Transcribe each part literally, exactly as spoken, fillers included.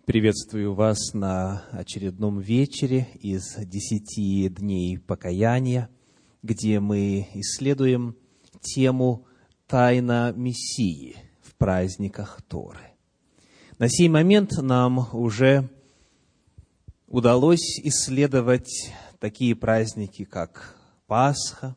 Приветствую вас на очередном вечере из десяти дней покаяния, где мы исследуем тему «Тайна Мессии» в праздниках Торы. На сей момент нам уже удалось исследовать такие праздники, как Пасха,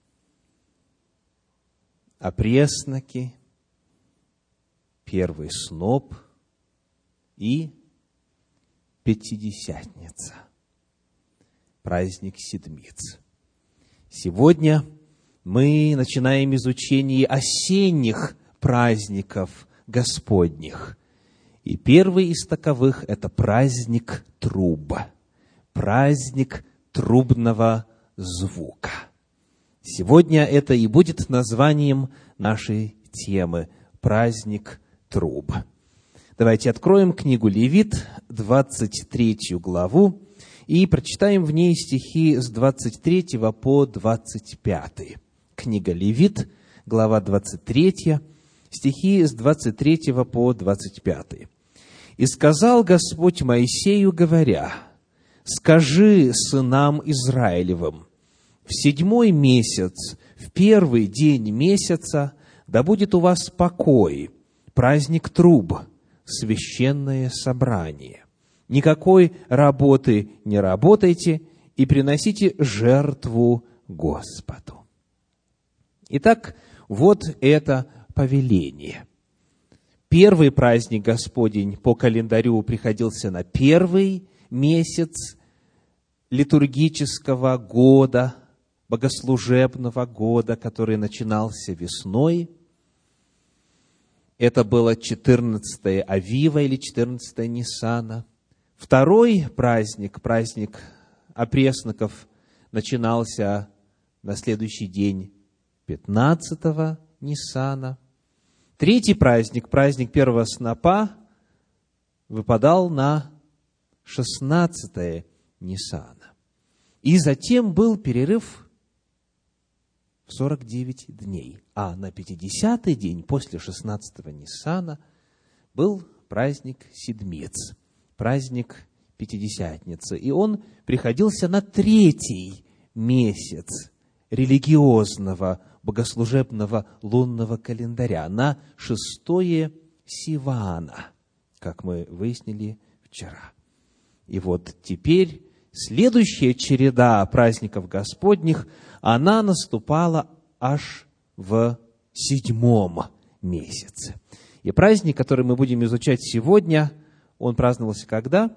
опресноки, первый сноп и Пятидесятница, праздник Седмиц. Сегодня мы начинаем изучение осенних праздников Господних. И первый из таковых – это праздник труб, праздник трубного звука. Сегодня это и будет названием нашей темы – праздник труб. Давайте откроем книгу Левит, двадцать третью главу, и прочитаем в ней стихи с двадцать третьего по двадцать пятый. Книга Левит, глава двадцать третья, стихи с двадцать третьего по двадцать пятый. «И сказал Господь Моисею, говоря: скажи сынам Израилевым: в седьмой месяц, в первый день месяца, да будет у вас покой, праздник труб, священное собрание. Никакой работы не работайте и приносите жертву Господу». Итак, вот это повеление. Первый праздник Господень по календарю приходился на первый месяц литургического года, богослужебного года, который начинался весной. Это было четырнадцатое Авива или четырнадцатое Ниссана. Второй праздник, праздник опресноков, начинался на следующий день пятнадцатого Ниссана. Третий праздник, праздник первого снопа, выпадал на шестнадцатое Ниссана. И затем был перерыв в сорок девять дней. А на пятидесятый день, после шестнадцатого Ниссана, был праздник Седмиц, праздник Пятидесятницы. И он приходился на третий месяц религиозного, богослужебного лунного календаря, на шестое Сивана, как мы выяснили вчера. И вот теперь следующая череда праздников Господних, она наступала аж в седьмом месяце. И праздник, который мы будем изучать сегодня, он праздновался когда?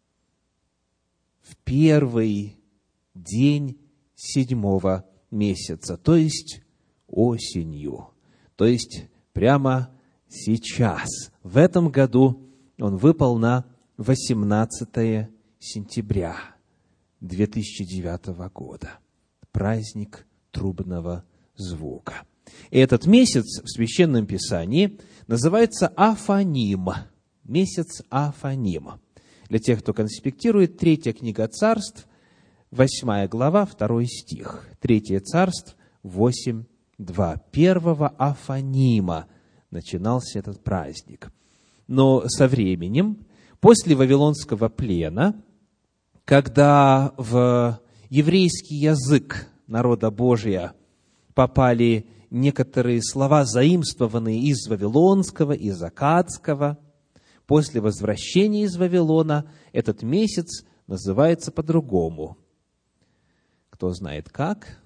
В первый день седьмого месяца, то есть осенью, то есть прямо сейчас. В этом году он выпал на восемнадцатое сентября две тысячи девятого года. Праздник трубного звука. И этот месяц в Священном Писании называется Афаним. Месяц Афаним. Для тех, кто конспектирует, третья книга Царств, восьмая глава, второй стих. Третье Царств, восемь, два. Первого Афанима начинался этот праздник. Но со временем, после Вавилонского плена, когда в еврейский язык народа Божия попали некоторые слова, заимствованные из вавилонского, из аккадского, после возвращения из Вавилона этот месяц называется по-другому. Кто знает как?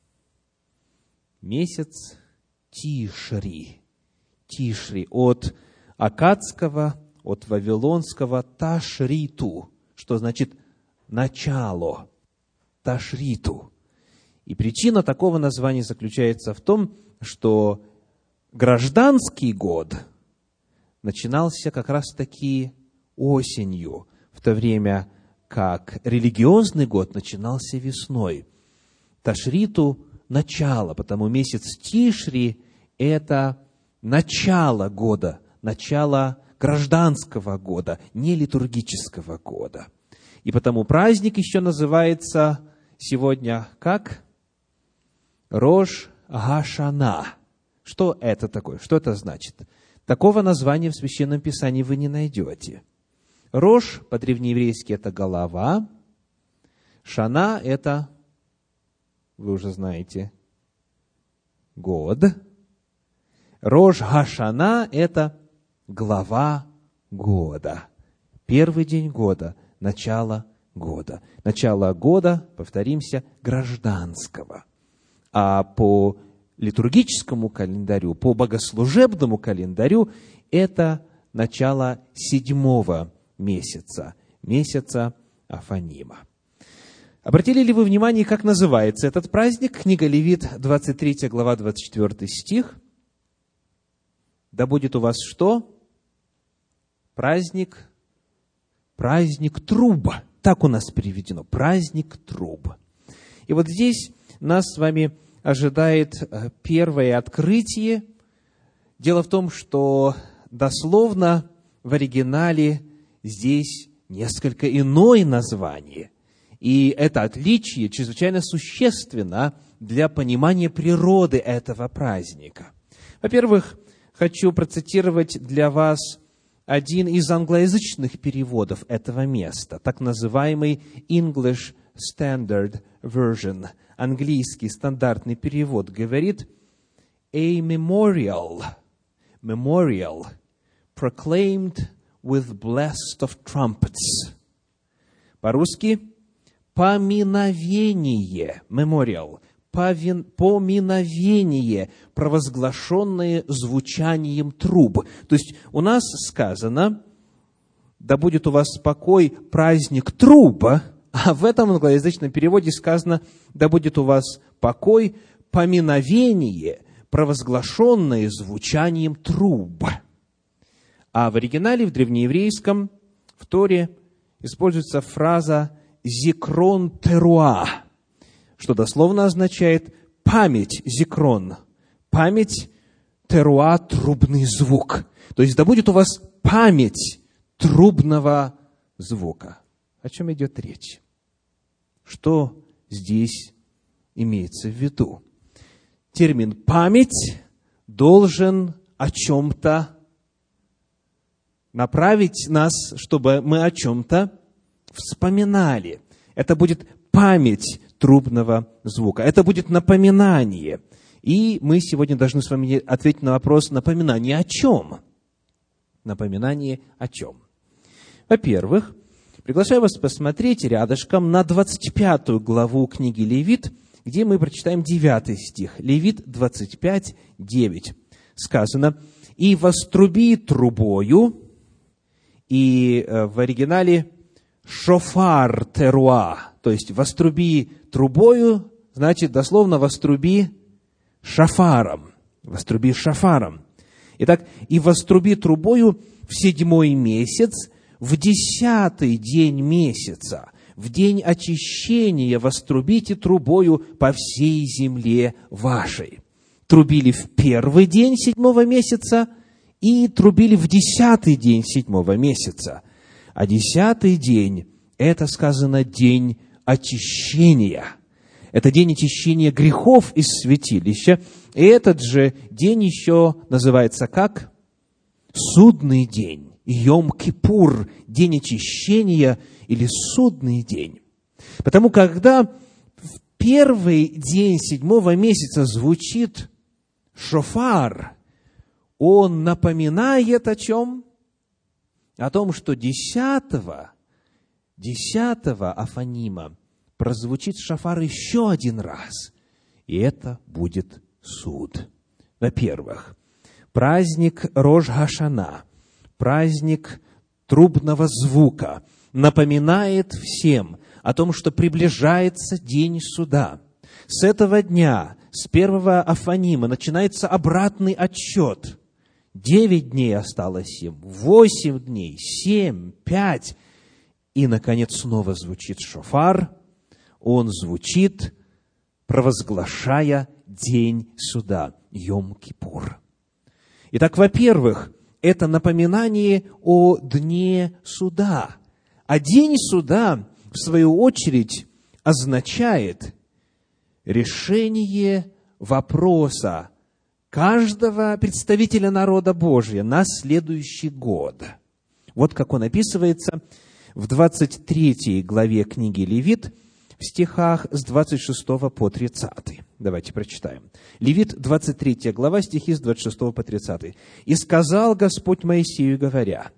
Месяц Тишри. Тишри от аккадского, от вавилонского Ташриту, что значит начало. Ташриту. И причина такого названия заключается в том, что гражданский год начинался как раз-таки осенью, в то время как религиозный год начинался весной. Ташриту – начало, потому месяц Тишри – это начало года, начало гражданского года, не литургического года. И потому праздник еще называется сегодня как? Рош Гашана. Что это такое? Что это значит? Такого названия в Священном Писании вы не найдете. Рош по-древнееврейски это голова, Шана это, вы уже знаете, год. Рош Хашана это глава года. Первый день года, начало года. Начало года, повторимся, гражданского. А по литургическому календарю, по богослужебному календарю это начало седьмого месяца, месяца Афанима. Обратили ли вы внимание, как называется этот праздник? Книга Левит, двадцать третья глава, двадцать четвёртый стих. Да будет у вас что? Праздник, праздник труб. Так у нас переведено. Праздник труб. И вот здесь нас с вами ожидает первое открытие. Дело в том, что дословно в оригинале здесь несколько иное название. И это отличие чрезвычайно существенно для понимания природы этого праздника. Во-первых, хочу процитировать для вас один из англоязычных переводов этого места, так называемый English Standard Version, английский стандартный перевод, говорит «A memorial, memorial, proclaimed with blast of trumpets». По-русски «поминовение», memorial, повин, поминовение, провозглашенное звучанием труб. То есть у нас сказано, да будет у вас покой, праздник труба, а в этом англоязычном переводе сказано, да будет у вас покой, поминовение, провозглашенное звучанием труб. А в оригинале, в древнееврейском, в Торе, используется фраза «зикрон теруа», что дословно означает «память зикрон», «память теруа» — трубный звук. То есть да будет у вас память трубного звука. О чем идет речь? Что здесь имеется в виду? Термин «память» должен о чем-то направить нас, чтобы мы о чем-то вспоминали. Это будет память трубного звука. Это будет напоминание. И мы сегодня должны с вами ответить на вопрос: напоминание о чем? Напоминание о чем? Во-первых, приглашаю вас посмотреть рядышком на двадцать пятую главу книги Левит, где мы прочитаем девятый стих. Левит двадцать пять, девять. Сказано: «И воструби трубою», и в оригинале «шофар теруа», то есть «воструби трубою», значит, дословно «воструби шафаром». «Воструби шафаром». Итак, «и воструби трубою в седьмой месяц, в десятый день месяца, в день очищения вострубите трубою по всей земле вашей». Трубили в первый день седьмого месяца и трубили в десятый день седьмого месяца. А десятый день – это, сказано, день очищения. Это день очищения грехов из святилища. И этот же день еще называется как? Судный день. Йом-Кипур, день очищения или судный день. Потому когда в первый день седьмого месяца звучит шофар, он напоминает о чем? О том, что десятого, десятого Афанима прозвучит шофар еще один раз, и это будет суд. Во-первых, праздник Рош Хашана, праздник трубного звука, напоминает всем о том, что приближается день суда. С этого дня, с первого Афанима, начинается обратный отсчет. Девять дней осталось им, восемь дней, семь, пять. И, наконец, снова звучит шофар. Он звучит, провозглашая день суда, Йом-Кипур. Итак, во-первых, это напоминание о дне суда. А день суда, в свою очередь, означает решение вопроса каждого представителя народа Божия на следующий год. Вот как он описывается в двадцать третьей главе книги Левит, в стихах с двадцать шестого по тридцатый. Давайте прочитаем. Левит, двадцать третья глава, стихи с двадцать шестого по тридцатый. «И сказал Господь Моисею, говоря,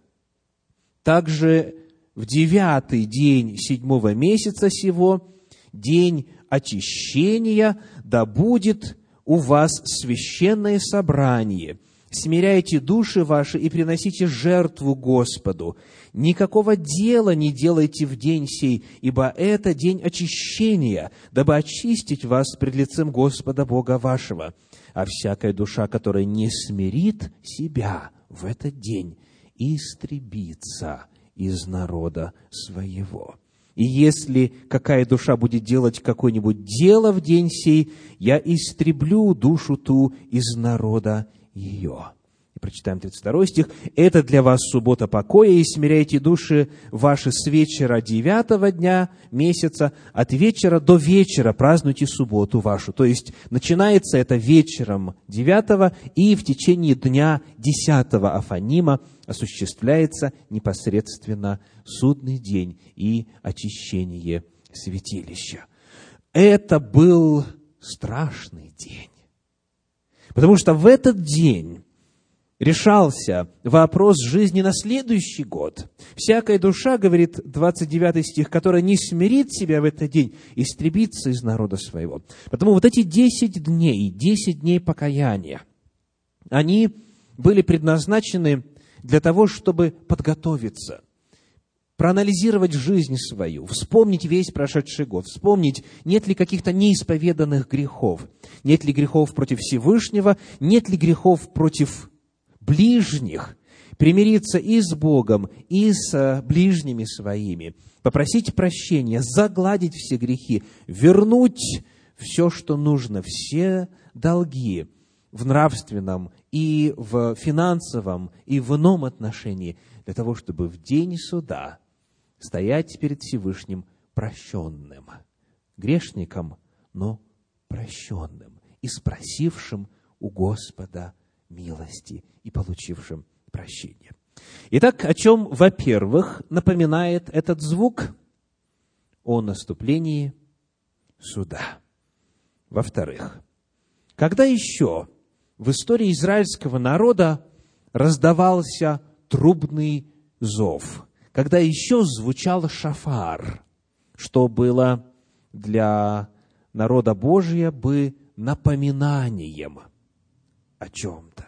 также в девятый день седьмого месяца сего, день очищения, да будет у вас священное собрание. Смиряйте души ваши и приносите жертву Господу. Никакого дела не делайте в день сей, ибо это день очищения, дабы очистить вас пред лицем Господа Бога вашего. А всякая душа, которая не смирит себя в этот день, истребится из народа своего. И если какая душа будет делать какое-нибудь дело в день сей, я истреблю душу ту из народа ее». И прочитаем тридцать второй стих. «Это для вас суббота покоя, и смиряйте души ваши с вечера девятого дня месяца, от вечера до вечера празднуйте субботу вашу». То есть, начинается это вечером девятого, и в течение дня десятого Афанима осуществляется непосредственно судный день и очищение святилища. Это был страшный день. Потому что в этот день решался вопрос жизни на следующий год. «Всякая душа, — говорит двадцать девятый стих, — которая не смирит себя в этот день, истребится из народа своего». Потому вот эти десять дней, десять дней покаяния, они были предназначены для того, чтобы подготовиться, проанализировать жизнь свою, вспомнить весь прошедший год, вспомнить, нет ли каких-то неисповеданных грехов, нет ли грехов против Всевышнего, нет ли грехов против ближних, примириться и с Богом, и с ближними своими, попросить прощения, загладить все грехи, вернуть все, что нужно, все долги в нравственном и в финансовом, и в ином отношении, для того, чтобы в день суда стоять перед Всевышним прощенным, грешником, но прощенным, и спросившим у Господа милости и получившим прощение. Итак, о чем, во-первых, напоминает этот звук? О наступлении суда. Во-вторых, когда еще в истории израильского народа раздавался трубный зов, когда еще звучал шафар, что было для народа Божия бы напоминанием о чем-то.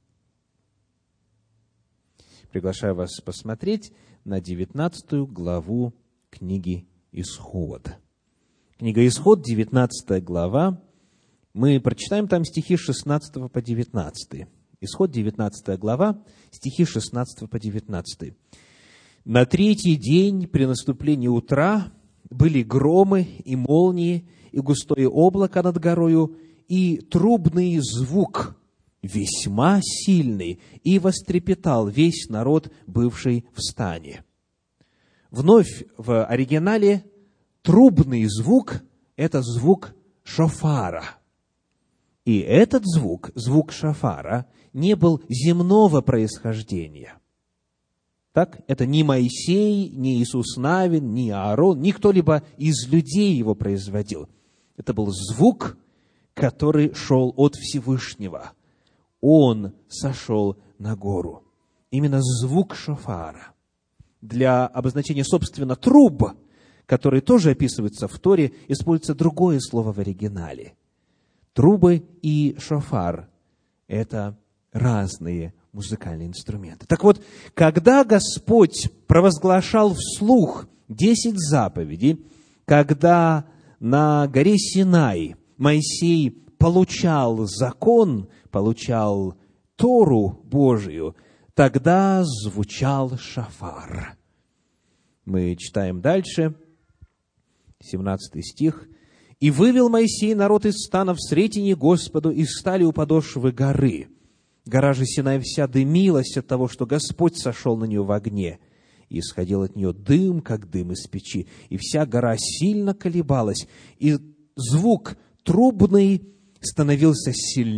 Приглашаю вас посмотреть на девятнадцатую главу книги Исход. Книга Исход, девятнадцатая глава. Мы прочитаем там стихи с шестнадцатого по девятнадцатый. Исход, девятнадцатая глава, стихи с шестнадцатого по девятнадцатый. «На третий день при наступлении утра были громы и молнии, и густое облако над горою, и трубный звук, весьма сильный, и вострепетал весь народ, бывший в стане». Вновь в оригинале трубный звук – это звук шофара. И этот звук, звук шофара, не был земного происхождения. Так, это ни Моисей, ни Иисус Навин, ни Аарон, ни кто-либо из людей его производил. Это был звук, который шел от Всевышнего. Он сошел на гору. Именно звук шофара. Для обозначения, собственно, труб, которые тоже описываются в Торе, используется другое слово в оригинале. Трубы и шофар – это разные музыкальные инструменты. Так вот, когда Господь провозглашал вслух десять заповедей, когда на горе Синай Моисей получал закон, получал Тору Божию, тогда звучал шафар. Мы читаем дальше, семнадцатый стих. «И вывел Моисей народ из стана в сретенье Господу, и стали у подошвы горы. Гора же Синай вся дымилась от того, что Господь сошел на нее в огне, и исходил от нее дым, как дым из печи, и вся гора сильно колебалась, и звук трубный становился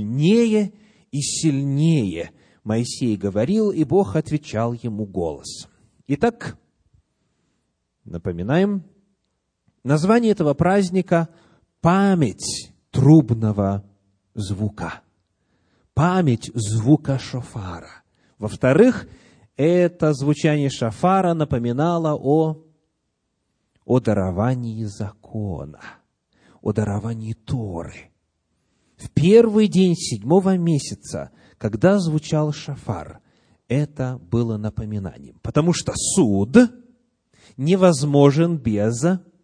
сильнее и сильнее. Моисей говорил, и Бог отвечал ему голосом». Итак, напоминаем, название этого праздника – память трубного звука. Память звука шофара. Во-вторых, это звучание шофара напоминало о, о даровании закона, о даровании Торы. В первый день седьмого месяца, когда звучал шофар, это было напоминанием, потому что суд невозможен без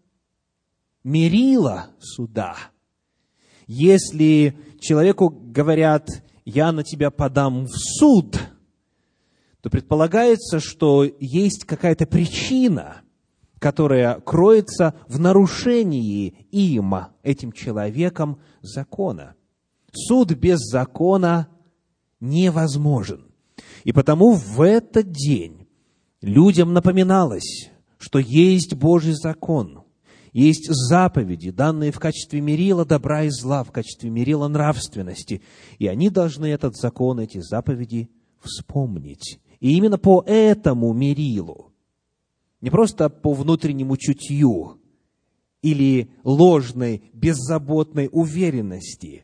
мерила суда. Если человеку говорят: «Я на тебя подам в суд», то предполагается, что есть какая-то причина, которая кроется в нарушении им, этим человеком, закона. Суд без закона невозможен. И потому в этот день людям напоминалось, что есть Божий закон, есть заповеди, данные в качестве мерила добра и зла, в качестве мерила нравственности, и они должны этот закон, эти заповеди вспомнить. И именно по этому мерилу, не просто по внутреннему чутью или ложной, беззаботной уверенности,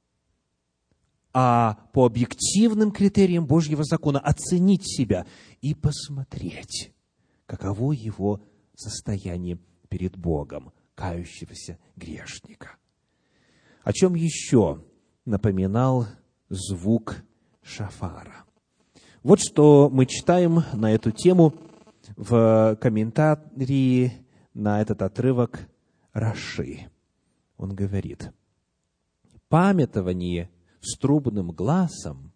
а по объективным критериям Божьего закона оценить себя и посмотреть, каково его состояние перед Богом, кающегося грешника. О чем еще напоминал звук шофара? Вот что мы читаем на эту тему в комментарии на этот отрывок Раши. Он говорит: памятование с трубным гласом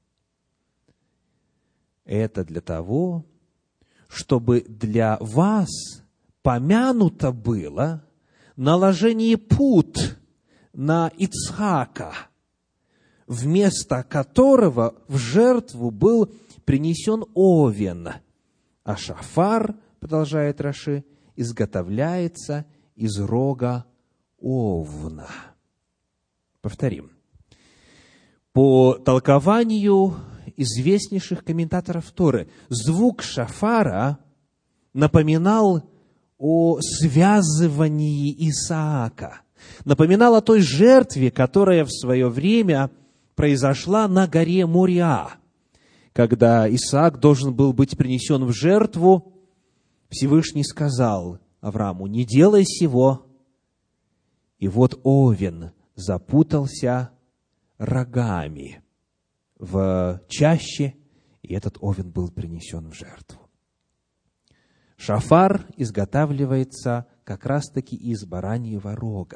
– это для того, чтобы для вас помянуто было наложение пут на Ицхака, вместо которого в жертву был принесен овен, а шофар, продолжает Раши, изготовляется из рога овна. Повторим. По толкованию известнейших комментаторов Торы, звук шофара напоминал о связывании Исаака, напоминал о той жертве, которая в свое время произошла на горе Мориа. Когда Исаак должен был быть принесен в жертву, Всевышний сказал Аврааму: «Не делай сего». И вот овен запутался рогами в чаще, и этот овен был принесен в жертву. Шофар изготавливается как раз-таки из бараньего рога.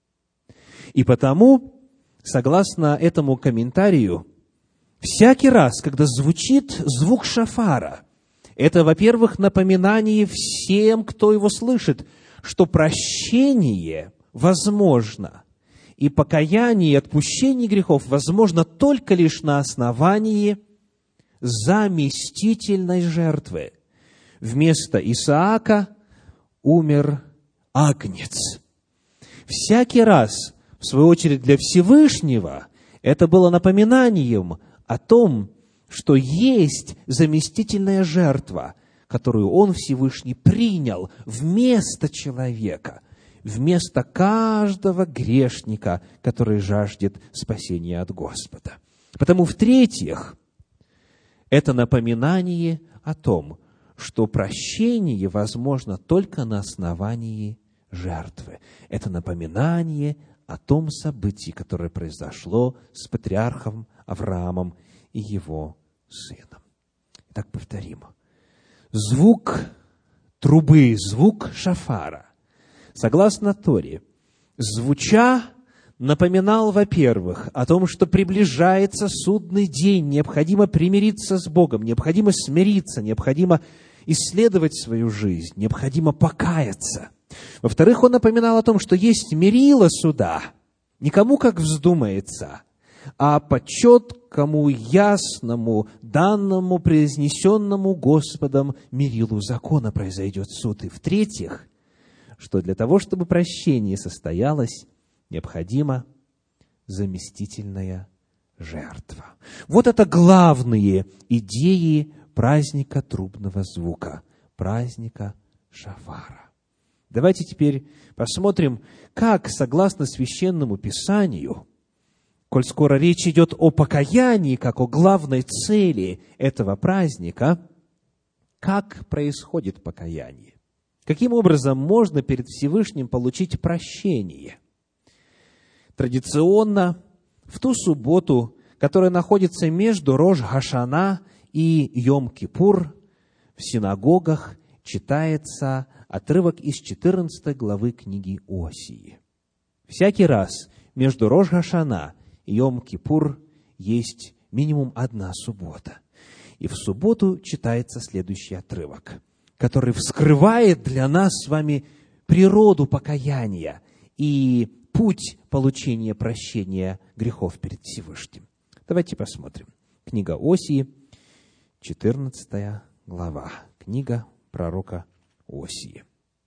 И потому, согласно этому комментарию, всякий раз, когда звучит звук шофара, это, во-первых, напоминание всем, кто его слышит, что прощение возможно, и покаяние и отпущение грехов возможно только лишь на основании заместительной жертвы. Вместо Исаака умер агнец. Всякий раз, в свою очередь, для Всевышнего это было напоминанием о том, что есть заместительная жертва, которую Он, Всевышний, принял вместо человека, вместо каждого грешника, который жаждет спасения от Господа. Потому, в-третьих, это напоминание о том, что прощение возможно только на основании жертвы. Это напоминание о том событии, которое произошло с патриархом Авраамом и его сыном. Итак, повторим. Звук трубы, звук шофара, согласно Торе, звуча, напоминал, во-первых, о том, что приближается судный день, необходимо примириться с Богом, необходимо смириться, необходимо исследовать свою жизнь, необходимо покаяться. Во-вторых, он напоминал о том, что есть мерило суда, никому как вздумается, а по четкому, ясному, данному, произнесенному Господом мерилу закона произойдет суд. И в-третьих, что для того, чтобы прощение состоялось, необходима заместительная жертва. Вот это главные идеи праздника трубного звука. праздника Шафара. Давайте теперь посмотрим, как, согласно Священному Писанию, коль скоро речь идет о покаянии, как о главной цели этого праздника, как происходит покаяние? Каким образом можно перед Всевышним получить прощение? Традиционно в ту субботу, которая находится между Рош-Гашана и Йом-Кипур, в синагогах читается отрывок из четырнадцатой главы книги Осии. Всякий раз между Рош-Гашана и Йом-Кипур есть минимум одна суббота. И в субботу читается следующий отрывок, который вскрывает для нас с вами природу покаяния и путь получения прощения грехов перед Всевышним. Давайте посмотрим. Книга Осии, четырнадцатая глава. Книга пророка Осии.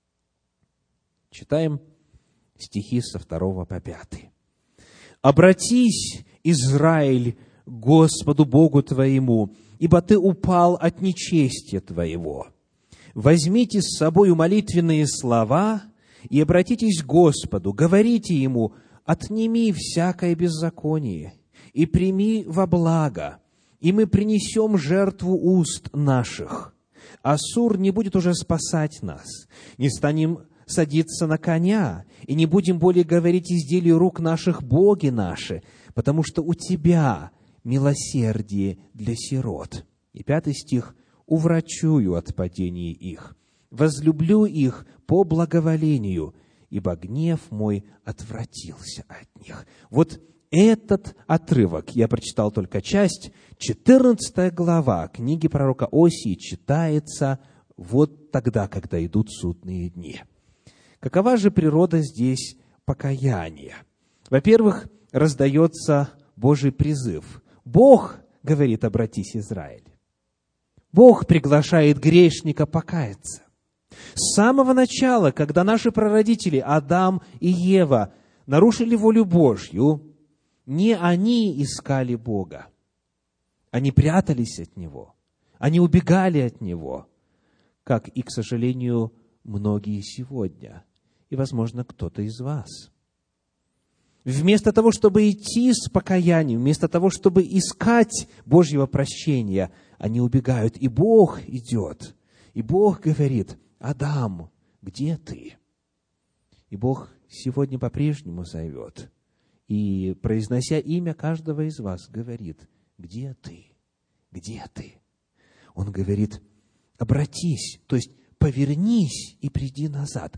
Читаем стихи со второго по пятый. «Обратись, Израиль, к Господу Богу твоему, ибо ты упал от нечестия твоего. Возьмите с собою молитвенные слова и обратитесь к Господу, говорите Ему: отними всякое беззаконие и прими во благо, и мы принесем жертву уст наших. Ассур не будет уже спасать нас, не станем садиться на коня, и не будем более говорить изделию рук наших боги наши, потому что у Тебя милосердие для сирот». И пятый стих. «Уврачую от падения их, возлюблю их по благоволению, ибо гнев мой отвратился от них». Вот этот отрывок, я прочитал только часть, четырнадцатая глава книги пророка Осии читается вот тогда, когда идут судные дни. Какова же природа здесь покаяния? Во-первых, раздается Божий призыв. Бог говорит: обратись, Израиль. Бог приглашает грешника покаяться. С самого начала, когда наши прародители Адам и Ева нарушили волю Божью, не они искали Бога. Они прятались от Него. Они убегали от Него, как и, к сожалению, многие сегодня. И, возможно, кто-то из вас. Вместо того, чтобы идти с покаянием, вместо того, чтобы искать Божьего прощения, они убегают. И Бог идет. И Бог говорит: Адам, где ты? И Бог сегодня по-прежнему зовет. И, произнося имя каждого из вас, говорит: где ты? Где ты? Он говорит: обратись, то есть повернись и приди назад.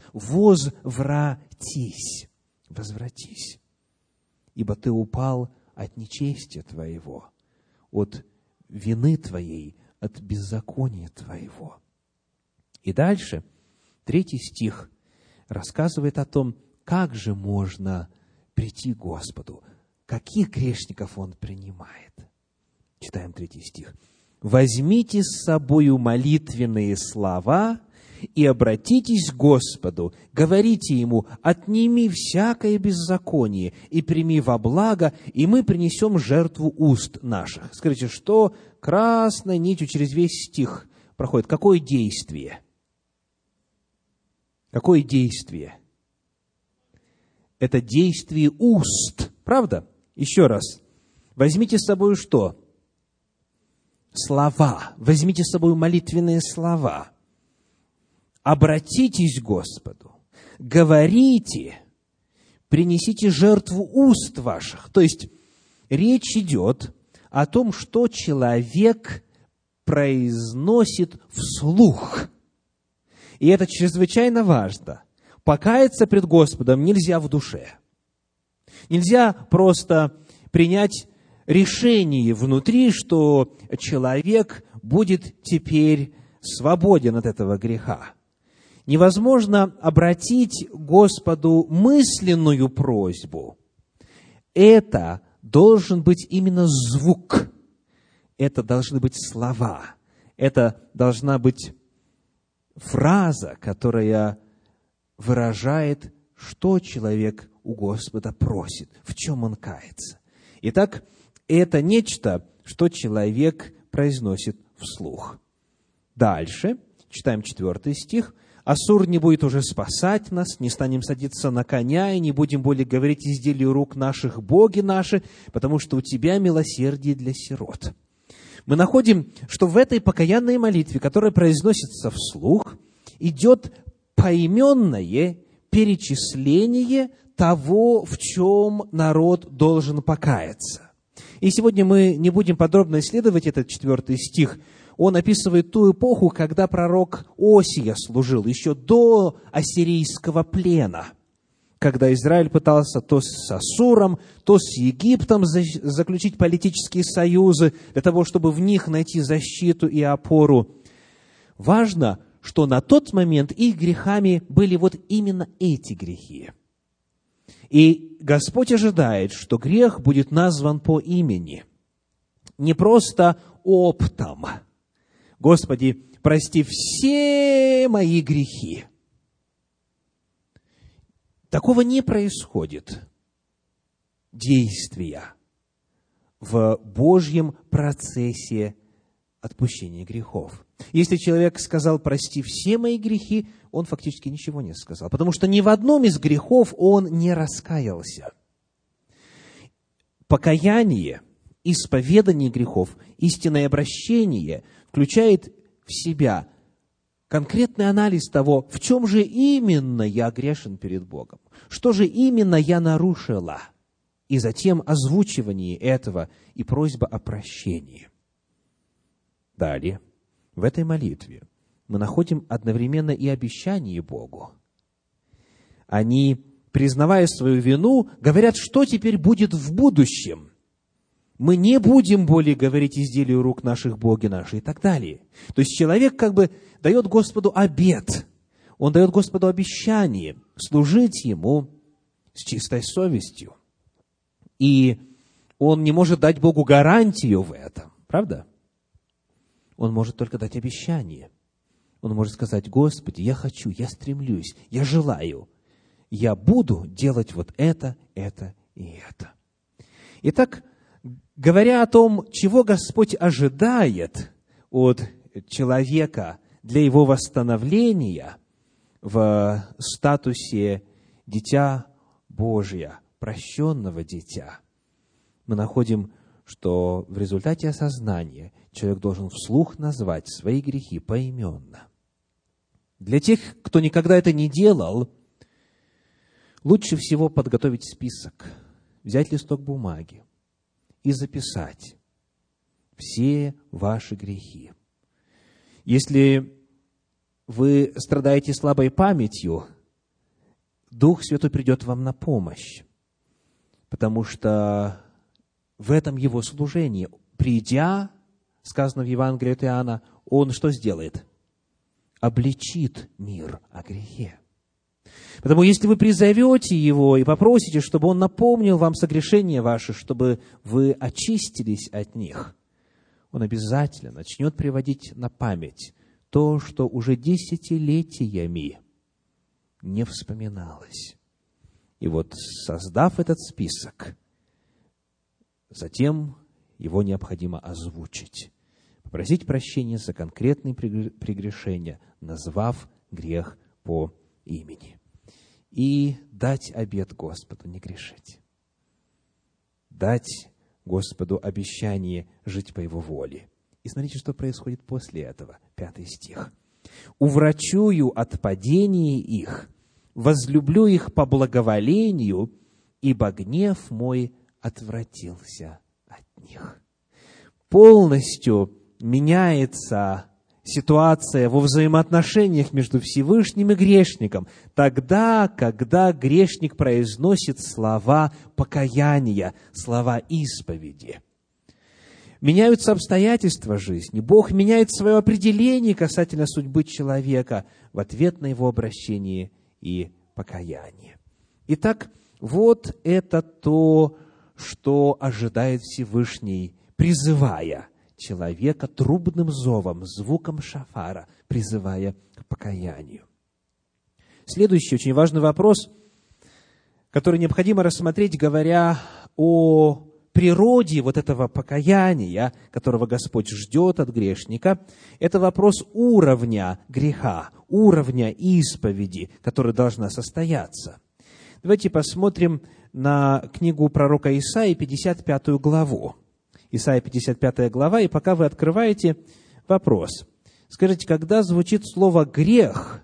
Возвратись. Возвратись. Ибо ты упал от нечестия твоего, от вины твоей, от беззакония твоего. И дальше, третий стих рассказывает о том, как же можно прийти к Господу, каких грешников Он принимает. Читаем третий стих. «Возьмите с собою молитвенные слова и обратитесь к Господу, говорите Ему: отними всякое беззаконие и прими во благо, и мы принесем жертву уст наших». Скажите, что красной нитью через весь стих проходит? Какое действие? Какое действие? Это действие уст. Правда? Еще раз. Возьмите с собой что? Слова. Возьмите с собой молитвенные слова. Обратитесь к Господу. Говорите. Принесите жертву уст ваших. То есть, речь идет о том, что человек произносит вслух. И это чрезвычайно важно. Покаяться пред Господом нельзя в душе. Нельзя просто принять решение внутри, что человек будет теперь свободен от этого греха. Невозможно обратить Господу мысленную просьбу. Это должен быть именно звук. Это должны быть слова. Это должна быть фраза, которая выражает, что человек у Господа просит, в чем он кается. Итак, это нечто, что человек произносит вслух. Дальше читаем четвертый стих. «Ассур не будет уже спасать нас, не станем садиться на коня, и не будем более говорить изделию рук наших, боги наши, потому что у тебя милосердие для сирот». Мы находим, что в этой покаянной молитве, которая произносится вслух, идет поименное перечисление того, в чем народ должен покаяться. И сегодня мы не будем подробно исследовать этот четвертый стих. Он описывает ту эпоху, когда пророк Осия служил, еще до ассирийского плена, когда Израиль пытался то с Ассуром, то с Египтом заключить политические союзы, для того, чтобы в них найти защиту и опору. Важно, что на тот момент их грехами были вот именно эти грехи. И Господь ожидает, что грех будет назван по имени, не просто оптом. «Господи, прости все мои грехи». Такого не происходит действия в Божьем процессе отпущения грехов. Если человек сказал «прости все мои грехи», он фактически ничего не сказал, потому что ни в одном из грехов он не раскаялся. Покаяние, исповедание грехов, истинное обращение включает в себя конкретный анализ того, в чем же именно я грешен перед Богом, что же именно я нарушила, и затем озвучивание этого и просьба о прощении. Далее, в этой молитве мы находим одновременно и обещание Богу. Они, признавая свою вину, говорят, что теперь будет в будущем. Мы не будем более говорить изделию рук наших, боги наши, и так далее. То есть человек как бы дает Господу обет, он дает Господу обещание служить Ему с чистой совестью. И он не может дать Богу гарантию в этом, правда? Он может только дать обещание. Он может сказать: Господи, я хочу, я стремлюсь, я желаю, я буду делать вот это, это и это. Итак, говоря о том, чего Господь ожидает от человека для его восстановления в статусе дитя Божия, прощенного дитя, мы находим, что в результате осознания человек должен вслух назвать свои грехи поименно. Для тех, кто никогда это не делал, лучше всего подготовить список, взять листок бумаги и записать все ваши грехи. Если вы страдаете слабой памятью, Дух Святой придет вам на помощь, потому что в этом Его служении, придя, сказано в Евангелии от Иоанна, Он что сделает? Обличит мир о грехе. Потому если вы призовете Его и попросите, чтобы Он напомнил вам согрешения ваши, чтобы вы очистились от них, Он обязательно начнет приводить на память то, что уже десятилетиями не вспоминалось. И вот, создав этот список, затем его необходимо озвучить, попросить прощения за конкретные прегрешения, назвав грех по имени, и дать обет Господу не грешить, дать Господу обещание жить по Его воле. И смотрите, что происходит после этого. Пятый стих. «Уврачую от падения их, возлюблю их по благоволению, ибо гнев мой отвратился от них». Полностью меняется ситуация во взаимоотношениях между Всевышним и грешником, тогда, когда грешник произносит слова покаяния, слова исповеди. Меняются обстоятельства жизни. Бог меняет свое определение касательно судьбы человека в ответ на его обращение и покаяние. Итак, вот это то, что ожидает Всевышний, призывая человека трубным зовом, звуком шафара, призывая к покаянию. Следующий очень важный вопрос, который необходимо рассмотреть, говоря о природе вот этого покаяния, которого Господь ждет от грешника, это вопрос уровня греха, уровня исповеди, которая должна состояться. Давайте посмотрим на книгу пророка Исаии, пятьдесят пятую главу. Исаия, пятьдесят пятая глава, и пока вы открываете, вопрос. Скажите, когда звучит слово «грех»,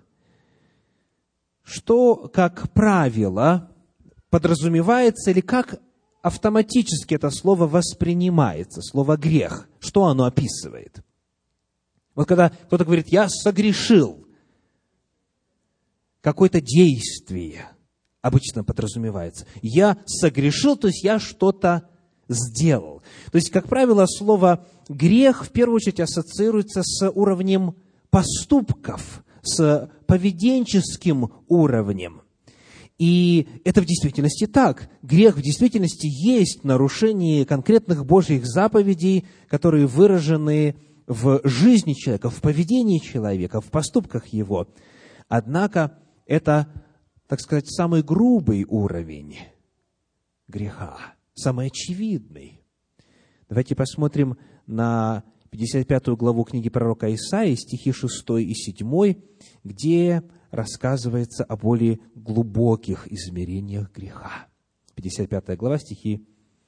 что, как правило, подразумевается или как автоматически это слово воспринимается, слово «грех», что оно описывает? Вот когда кто-то говорит «я согрешил», какое-то действие обычно подразумевается. «Я согрешил», то есть я что-то сделал. То есть, как правило, слово «грех» в первую очередь ассоциируется с уровнем поступков, с поведенческим уровнем. И это в действительности так. Грех в действительности есть нарушение конкретных Божьих заповедей, которые выражены в жизни человека, в поведении человека, в поступках его. Однако это, так сказать, самый грубый уровень греха, самый очевидный. Давайте посмотрим на пятьдесят пятую главу книги пророка Исаии, стихи шестой и седьмой, где рассказывается о более глубоких измерениях греха. пятьдесят пятая глава, стихи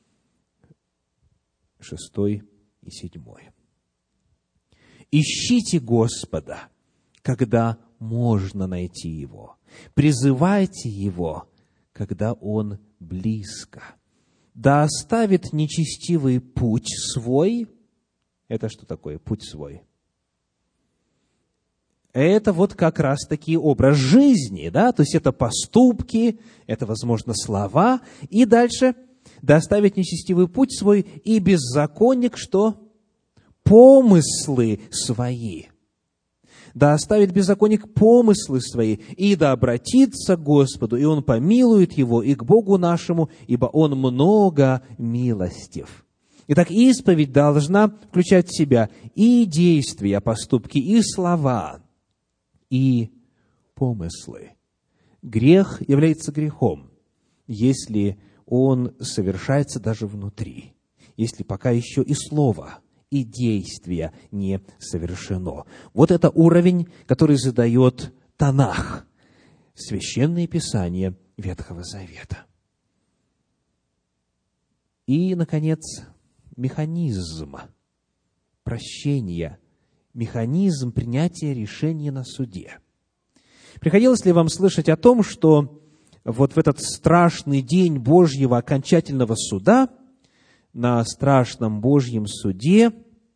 шестой и седьмой. «Ищите Господа, когда можно найти Его. Призывайте Его, когда Он близко. Да оставит нечестивый путь свой». Это что такое путь свой? Это вот как раз-таки образ жизни, да, то есть это поступки, это, возможно, слова. И дальше, да оставит нечестивый путь свой, и беззаконник, что? Помыслы свои. Да оставит беззаконник помыслы свои, и да обратится к Господу, и Он помилует его, и к Богу нашему, ибо Он много милостив. Итак, исповедь должна включать в себя и действия, поступки, и слова, и помыслы. Грех является грехом, если он совершается даже внутри, если пока еще и слово, и действие не совершено. Вот это уровень, который задает Танах, Священное Писание Ветхого Завета. И, наконец, механизм прощения, механизм принятия решения на суде. Приходилось ли вам слышать о том, что вот в этот страшный день Божьего окончательного суда, на страшном Божьем суде,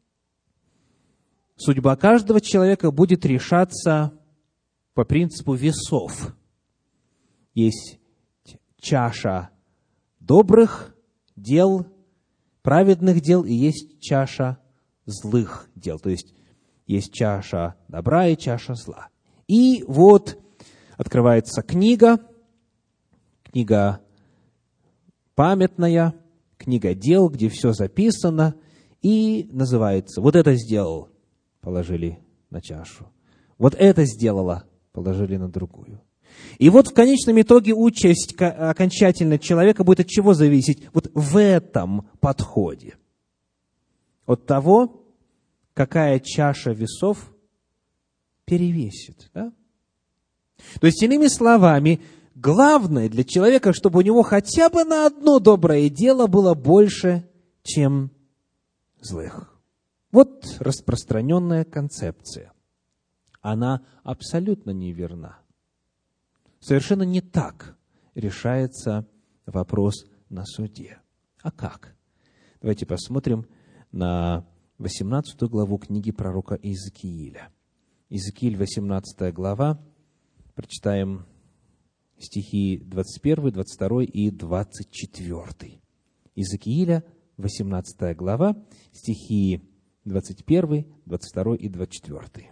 судьба каждого человека будет решаться по принципу весов. Есть чаша добрых дел, праведных дел, и есть чаша злых дел. То есть есть чаша добра и чаша зла. И вот открывается книга, книга памятная, книга дел, где все записано, и называется «Вот это сделал», положили на чашу. «Вот это сделала», положили на другую. И вот в конечном итоге участь окончательно человека будет от чего зависеть? Вот в этом подходе. От того, какая чаша весов перевесит. Да? То есть, иными словами, главное для человека, чтобы у него хотя бы на одно доброе дело было больше, чем злых. Вот распространенная концепция. Она абсолютно неверна. Совершенно не так решается вопрос на суде. А как? Давайте посмотрим на восемнадцатую главу книги пророка Иезекииля. Иезекииль, восемнадцатая глава, прочитаем стихи двадцать первый, двадцать второй и двадцать четвёртый. Иезекииля, восемнадцатая глава, стихи двадцать первый, двадцать второй и двадцать четвёртый.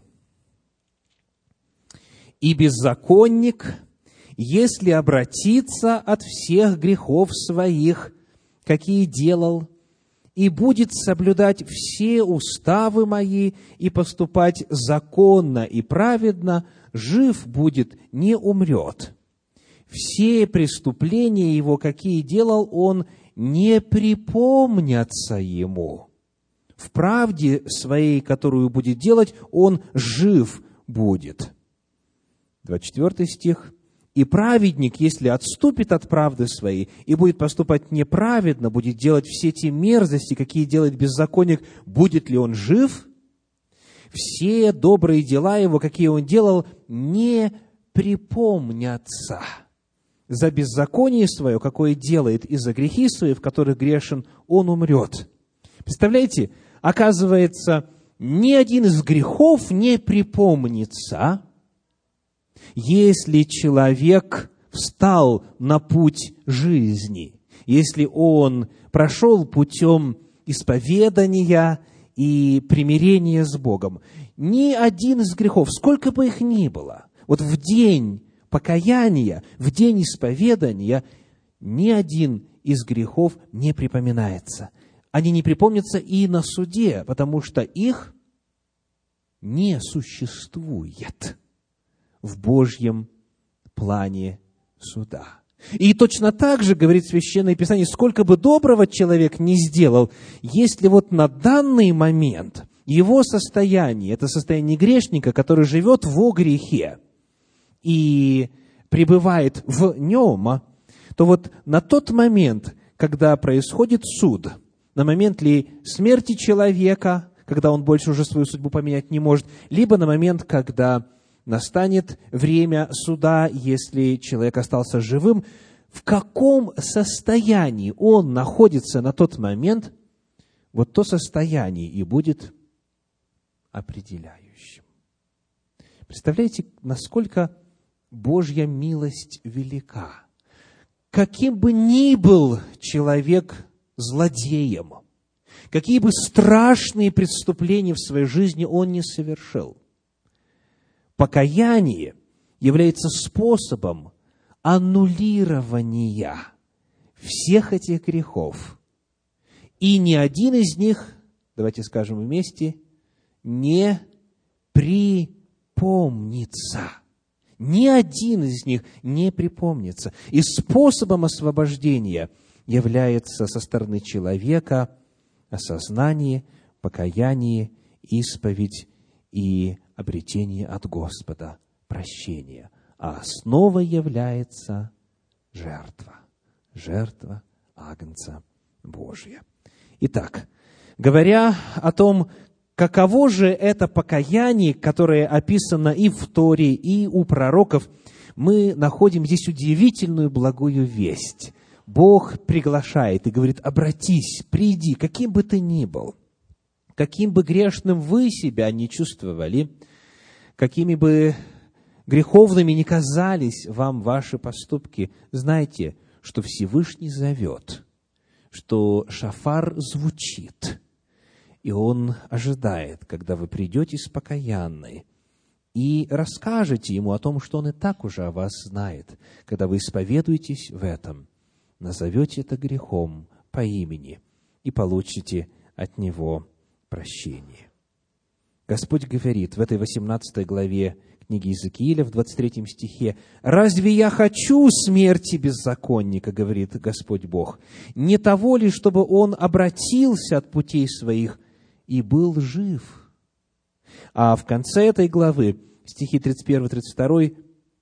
«И беззаконник, если обратится от всех грехов своих, какие делал, и будет соблюдать все уставы мои и поступать законно и праведно, жив будет, не умрет. Все преступления его, какие делал он, не припомнятся ему. В правде своей, которую будет делать, он жив будет. двадцать четвёртый стих. И праведник, если отступит от правды своей и будет поступать неправедно, будет делать все те мерзости, какие делает беззаконник, будет ли он жив? Все добрые дела его, какие он делал, не припомнятся. За беззаконие свое, какое делает, и за грехи свои, в которых грешен, он умрет. Представляете, оказывается, ни один из грехов не припомнится, если человек встал на путь жизни, если он прошел путем исповедания и примирения с Богом. Ни один из грехов, сколько бы их ни было, вот в день покаяния, в день исповедания, ни один из грехов не припоминается. Они не припомнятся и на суде, потому что их не существует в Божьем плане суда. И точно так же, говорит Священное Писание, сколько бы доброго человек ни сделал, если вот на данный момент его состояние, это состояние грешника, который живет во грехе и пребывает в нем, то вот на тот момент, когда происходит суд, на момент ли смерти человека, когда он больше уже свою судьбу поменять не может, либо на момент, когда настанет время суда, если человек остался живым, в каком состоянии он находится на тот момент, вот то состояние и будет определяющим. Представляете, насколько Божья милость велика? Каким бы ни был человек злодеем, какие бы страшные преступления в своей жизни он не совершил, покаяние является способом аннулирования всех этих грехов. И ни один из них, давайте скажем вместе, не припомнится. Ни один из них не припомнится. И способом освобождения является со стороны человека осознание, покаяние, исповедь и обретение от Господа прощения. А основой является жертва. Жертва Агнца Божия. Итак, говоря о том, каково же это покаяние, которое описано и в Торе, и у пророков, мы находим здесь удивительную благую весть. Бог приглашает и говорит: обратись, приди, каким бы ты ни был, каким бы грешным вы себя не чувствовали, какими бы греховными ни казались вам ваши поступки, знайте, что Всевышний зовет, что шафар звучит, и Он ожидает, когда вы придете с покаянной и расскажете Ему о том, что Он и так уже о вас знает, когда вы исповедуетесь в этом, назовете это грехом по имени и получите от Него прощение. Господь говорит в этой восемнадцатой главе книги Иезекииля в двадцать третьем стихе: «Разве я хочу смерти беззаконника, говорит Господь Бог, не того ли, чтобы он обратился от путей своих и был жив?» А в конце этой главы, стихи тридцать первый тридцать второй,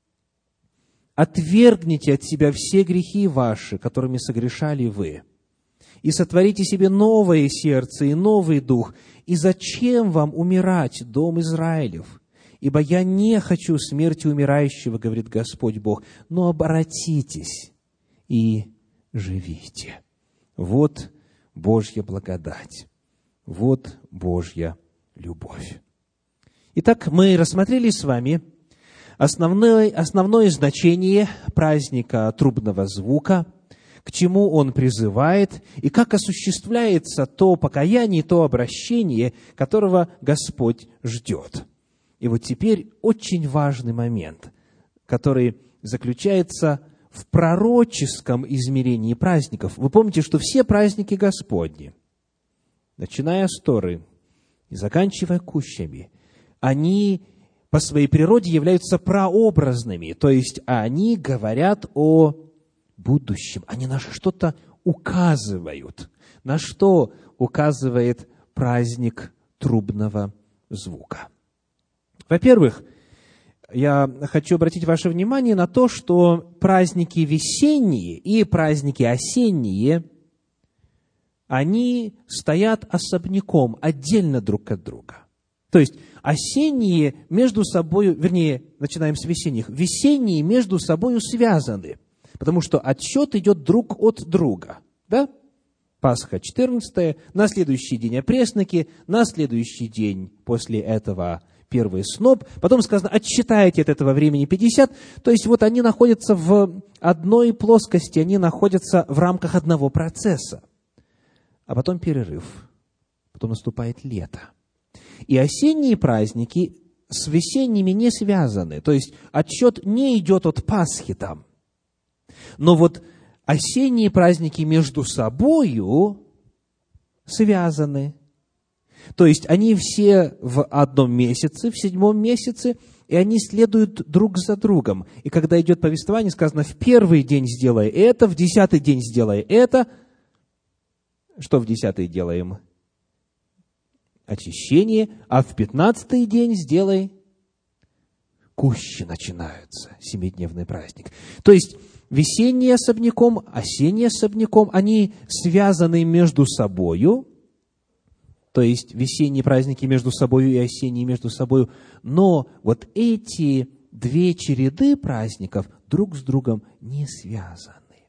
«Отвергните от себя все грехи ваши, которыми согрешали вы, и сотворите себе новое сердце и новый дух. И зачем вам умирать, дом Израилев? Ибо я не хочу смерти умирающего, говорит Господь Бог, но обратитесь и живите». Вот Божья благодать, вот Божья любовь. Итак, мы рассмотрели с вами основное, основное значение праздника трубного звука, к чему он призывает, и как осуществляется то покаяние, то обращение, которого Господь ждет. И вот теперь очень важный момент, который заключается в пророческом измерении праздников. Вы помните, что все праздники Господни, начиная с Торы и заканчивая кущами, они по своей природе являются прообразными, то есть они говорят о будущем, они на что-то указывают? На что указывает праздник трубного звука? Во-первых, я хочу обратить ваше внимание на то, что праздники весенние и праздники осенние, они стоят особняком, отдельно друг от друга. То есть осенние между собой, вернее, начинаем с весенних, весенние между собой связаны, потому что отсчет идет друг от друга. Да? Пасха четырнадцатое, на следующий день опресноки, на следующий день после этого первый сноп, потом сказано, отсчитайте от этого времени пятьдесят, то есть вот они находятся в одной плоскости, они находятся в рамках одного процесса. А потом перерыв, потом наступает лето. И осенние праздники с весенними не связаны, то есть отсчет не идет от Пасхи там. Но вот осенние праздники между собою связаны. То есть они все в одном месяце, в седьмом месяце, и они следуют друг за другом. И когда идет повествование, сказано, в первый день сделай это, в десятый день сделай это. Что в десятый делаем? Очищение, а в пятнадцатый день сделай кущи начинаются, семидневный праздник. То есть весенний особняком, осенний особняком, они связаны между собою, то есть весенние праздники между собою и осенние между собою, но вот эти две череды праздников друг с другом не связаны.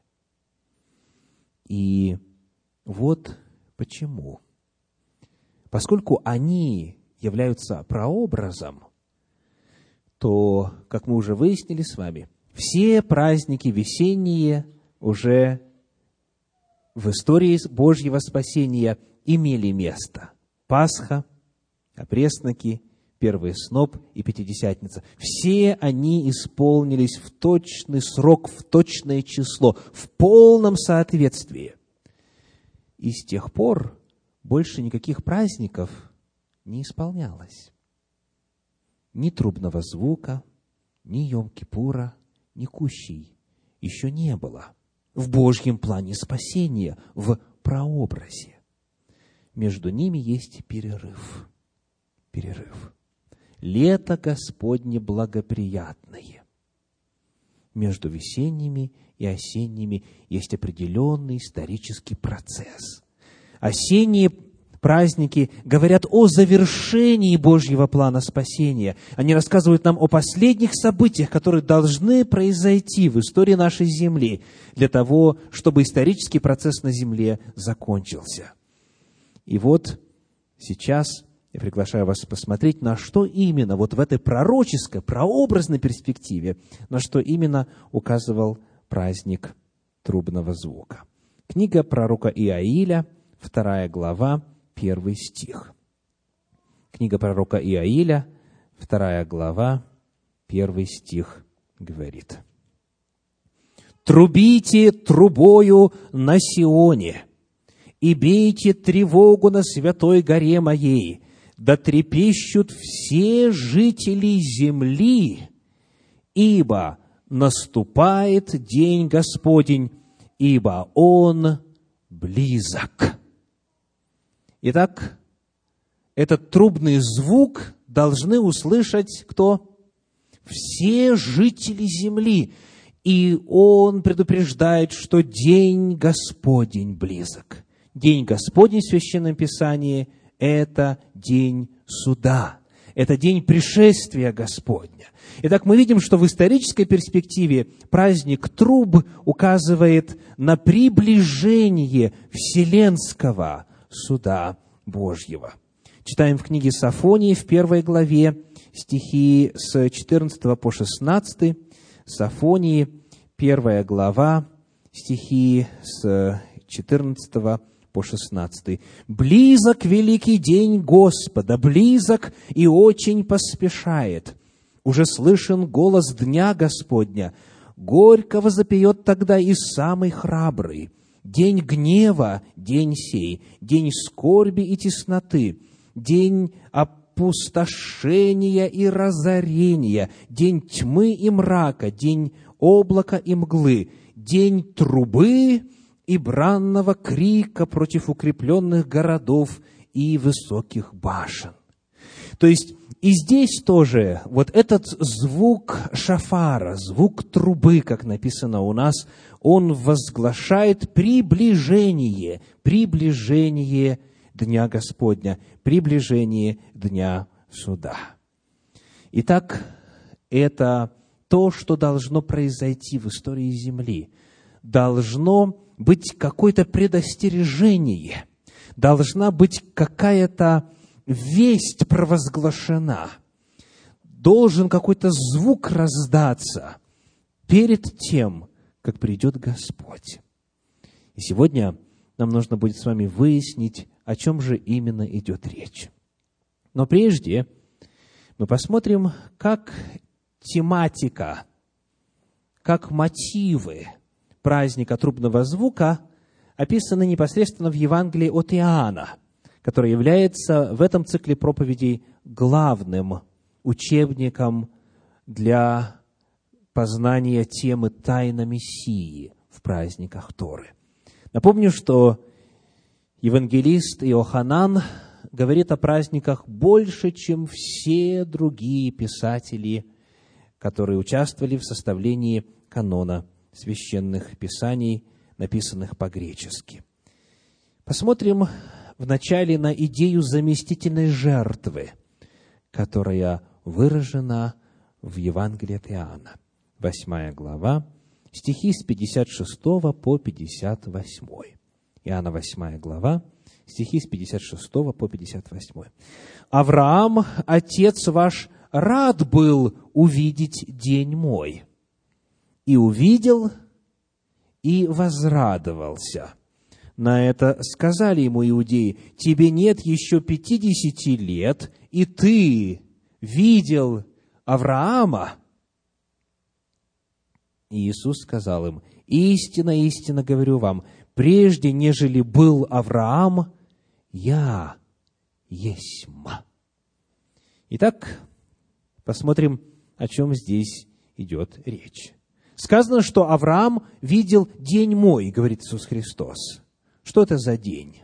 И вот почему. Поскольку они являются прообразом, то, как мы уже выяснили с вами, все праздники весенние уже в истории Божьего спасения имели место. Пасха, опресноки, первый сноп и Пятидесятница. Все они исполнились в точный срок, в точное число, в полном соответствии. И с тех пор больше никаких праздников не исполнялось. Ни трубного звука, ни Йом-Кипура, ни кущей еще не было в Божьем плане спасения, в прообразе. Между ними есть перерыв. Перерыв. Лето Господне благоприятное. Между весенними и осенними есть определенный исторический процесс. Осенние праздники говорят о завершении Божьего плана спасения. Они рассказывают нам о последних событиях, которые должны произойти в истории нашей земли для того, чтобы исторический процесс на земле закончился. И вот сейчас я приглашаю вас посмотреть, на что именно, вот в этой пророческой, прообразной перспективе, на что именно указывал праздник трубного звука. Книга пророка Иаиля, вторая глава, первый стих. Книга пророка Иаиля, вторая глава, первый стих говорит. «Трубите трубою на Сионе, и бейте тревогу на святой горе моей, да трепещут все жители земли, ибо наступает день Господень, ибо Он близок». Итак, этот трубный звук должны услышать кто? Все жители земли. И он предупреждает, что день Господень близок. День Господень в Священном Писании – это день суда. Это день пришествия Господня. Итак, мы видим, что в исторической перспективе праздник труб указывает на приближение вселенского суда Божьего. Читаем в книге Софонии в первой главе стихи с четырнадцатого по шестнадцатый. Софонии, первая глава, стихи с четырнадцатого по шестнадцатый. «Близок великий день Господа, близок и очень поспешает. Уже слышен голос дня Господня. Горько возопьет тогда и самый храбрый. День гнева, день сей, день скорби и тесноты, день опустошения и разорения, день тьмы и мрака, день облака и мглы, день трубы и бранного крика против укрепленных городов и высоких башен». То есть и здесь тоже вот этот звук шафара, звук трубы, как написано у нас, он возглашает приближение, приближение Дня Господня, приближение Дня Суда. Итак, это то, что должно произойти в истории Земли. Должно быть какое-то предостережение, должна быть какая-то весть провозглашена, должен какой-то звук раздаться перед тем, как придет Господь. И сегодня нам нужно будет с вами выяснить, о чем же именно идет речь. Но прежде мы посмотрим, как тематика, как мотивы праздника трубного звука описаны непосредственно в Евангелии от Иоанна, которое является в этом цикле проповедей главным учебником для познания темы тайна Мессии в праздниках Торы. Напомню, что евангелист Иоханан говорит о праздниках больше, чем все другие писатели, которые участвовали в составлении канона священных писаний, написанных по-гречески. Посмотрим вначале на идею заместительной жертвы, которая выражена в Евангелии от Иоанна. Восьмая глава, стихи с пятьдесят шестого по пятьдесят восьмой. Иоанна восьмая глава, стихи с пятьдесят шестого по пятьдесят восьмой. «Авраам, отец ваш, рад был увидеть день мой, и увидел, и возрадовался». На это сказали ему иудеи: «Тебе нет еще пятидесяти лет, и ты видел Авраама?» И Иисус сказал им: «Истинно, истинно говорю вам, прежде нежели был Авраам, я есмь». Итак, посмотрим, о чем здесь идет речь. Сказано, что Авраам видел день мой, говорит Иисус Христос. Что это за день?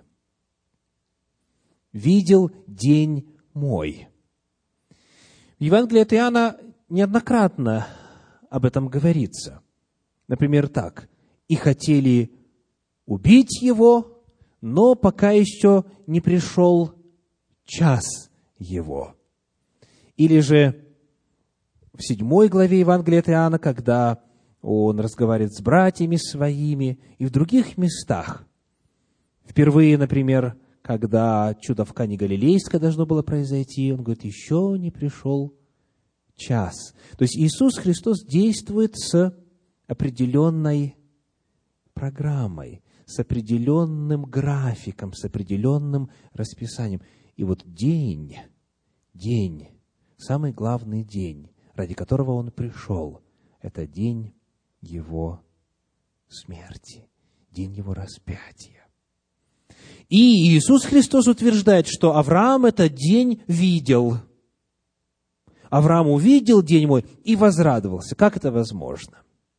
Видел день мой. В Евангелии от Иоанна неоднократно об этом говорится. Например, так: «И хотели убить его, но пока еще не пришел час его». Или же в седьмой главе Евангелия от Иоанна, когда он разговаривает с братьями своими, и в других местах. Впервые, например, когда чудо в Кане Галилейской должно было произойти, он говорит: еще не пришел час. То есть Иисус Христос действует с определенной программой, с определенным графиком, с определенным расписанием. И вот день, день, самый главный день, ради которого Он пришел, это день Его смерти, день Его распятия. И Иисус Христос утверждает, что Авраам этот день видел. Авраам увидел день мой и возрадовался. Как это возможно?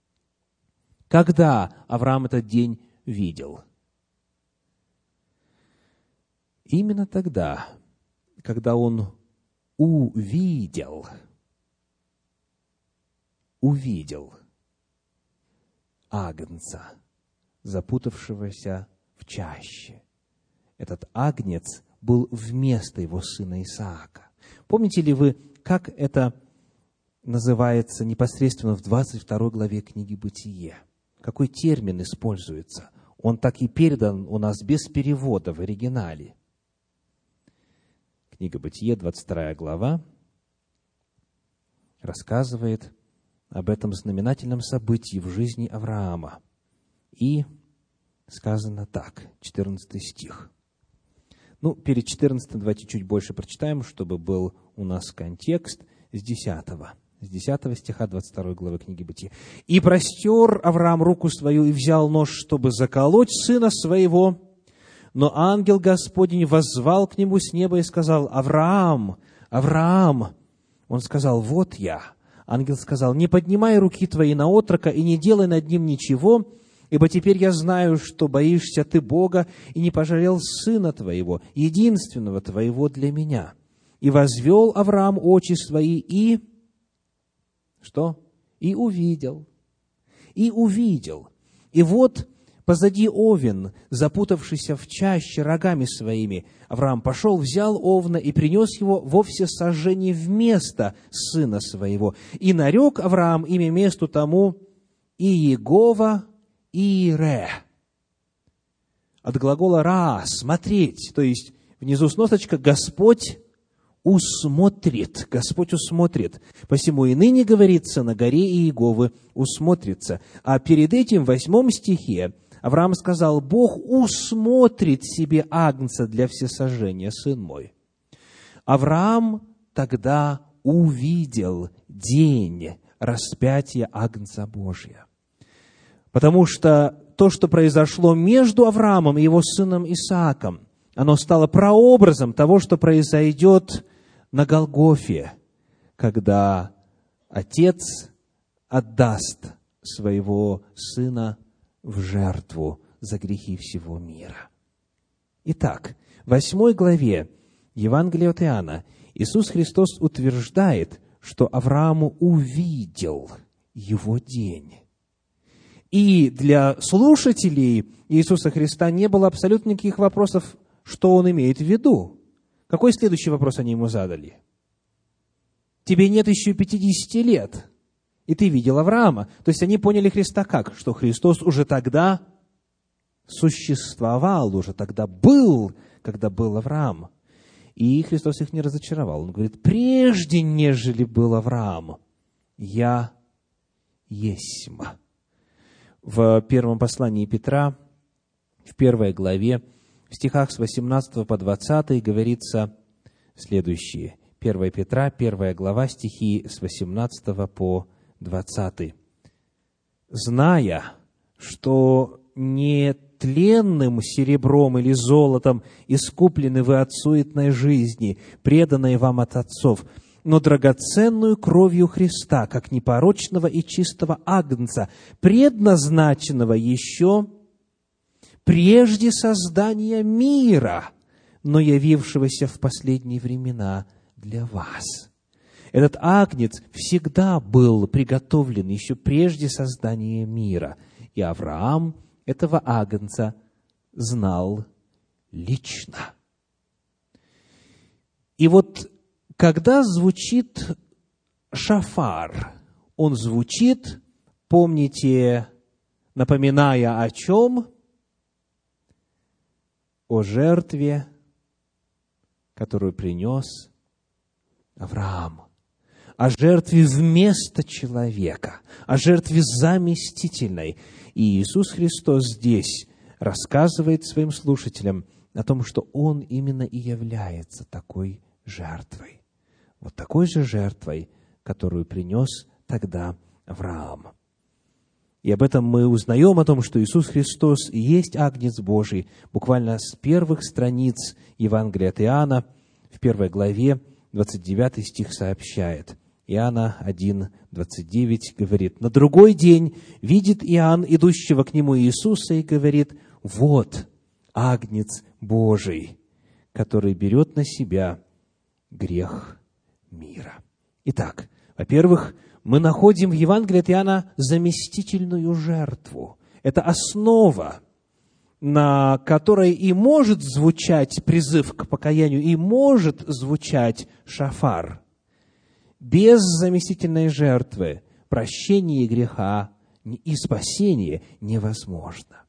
Когда Авраам этот день видел? Именно тогда, когда он увидел, увидел агнца, запутавшегося в чаще. Этот агнец был вместо его сына Исаака. Помните ли вы, как это называется непосредственно в двадцать второй главе книги «Бытие»? Какой термин используется? Он так и передан у нас без перевода в оригинале. Книга «Бытие», двадцать вторая глава, рассказывает об этом знаменательном событии в жизни Авраама. И сказано так, четырнадцатый стих. Ну, перед четырнадцатым давайте чуть больше прочитаем, чтобы был у нас контекст с десятого. С десятого стиха двадцать второй главы книги «Бытие». «И простер Авраам руку свою и взял нож, чтобы заколоть сына своего. Но ангел Господень воззвал к нему с неба и сказал: Авраам, Авраам! Он сказал: вот я. Ангел сказал: не поднимай руки твои на отрока и не делай над ним ничего, Ибо теперь я знаю, что боишься ты Бога и не пожалел сына твоего, единственного твоего для меня. И возвел Авраам очи свои и... Что? И увидел. И увидел. И вот позади овен, запутавшийся в чаще рогами своими, Авраам пошел, взял овна и принес его во всесожжение вместо сына своего. И нарек Авраам имя месту тому Иегова Ире. От глагола «ра» – «смотреть», то есть внизу сносочка «Господь усмотрит», Господь усмотрит. Посему и ныне говорится, на горе Иеговы усмотрится. А перед этим в восьмом стихе Авраам сказал: «Бог усмотрит себе агнца для всесожжения, сын мой». Авраам тогда увидел день распятия агнца Божия. Потому что то, что произошло между Авраамом и его сыном Исааком, оно стало прообразом того, что произойдет на Голгофе, когда Отец отдаст своего Сына в жертву за грехи всего мира. Итак, в восьмой главе Евангелия от Иоанна Иисус Христос утверждает, что Аврааму увидел его день. И для слушателей Иисуса Христа не было абсолютно никаких вопросов, что он имеет в виду. Какой следующий вопрос они ему задали? Тебе нет еще пятидесяти лет, и ты видел Авраама. То есть они поняли Христа как? Что Христос уже тогда существовал, уже тогда был, когда был Авраам. И Христос их не разочаровал. Он говорит: прежде, нежели был Авраам, я есмь. В первом послании Петра, в первой главе, в стихах с восемнадцатого по двадцатый говорится следующее. первое Петра, первая глава, стихи с восемнадцатого по двадцатый. «Зная, что не тленным серебром или золотом искуплены вы от суетной жизни, преданной вам от отцов, но драгоценную кровью Христа, как непорочного и чистого агнца, предназначенного еще прежде создания мира, но явившегося в последние времена для вас». Этот агнец всегда был приготовлен еще прежде создания мира. И Авраам этого агнца знал лично. И вот когда звучит шафар, он звучит, помните, напоминая о чем? О жертве, которую принес Авраам, о жертве вместо человека, о жертве заместительной. И Иисус Христос здесь рассказывает своим слушателям о том, что Он именно и является такой жертвой. Вот такой же жертвой, которую принес тогда Авраам. И об этом мы узнаем, о том, что Иисус Христос и есть Агнец Божий, буквально с первых страниц Евангелия от Иоанна, в первой главе, двадцать девятый стих сообщает. Иоанна один, двадцать девять говорит: «На другой день видит Иоанн, идущего к нему Иисуса, и говорит: вот Агнец Божий, который берет на себя грех мира». Итак, во-первых, мы находим в Евангелии от Иоанна заместительную жертву. Это основа, на которой и может звучать призыв к покаянию, и может звучать шафар. Без заместительной жертвы прощение греха и спасение невозможно.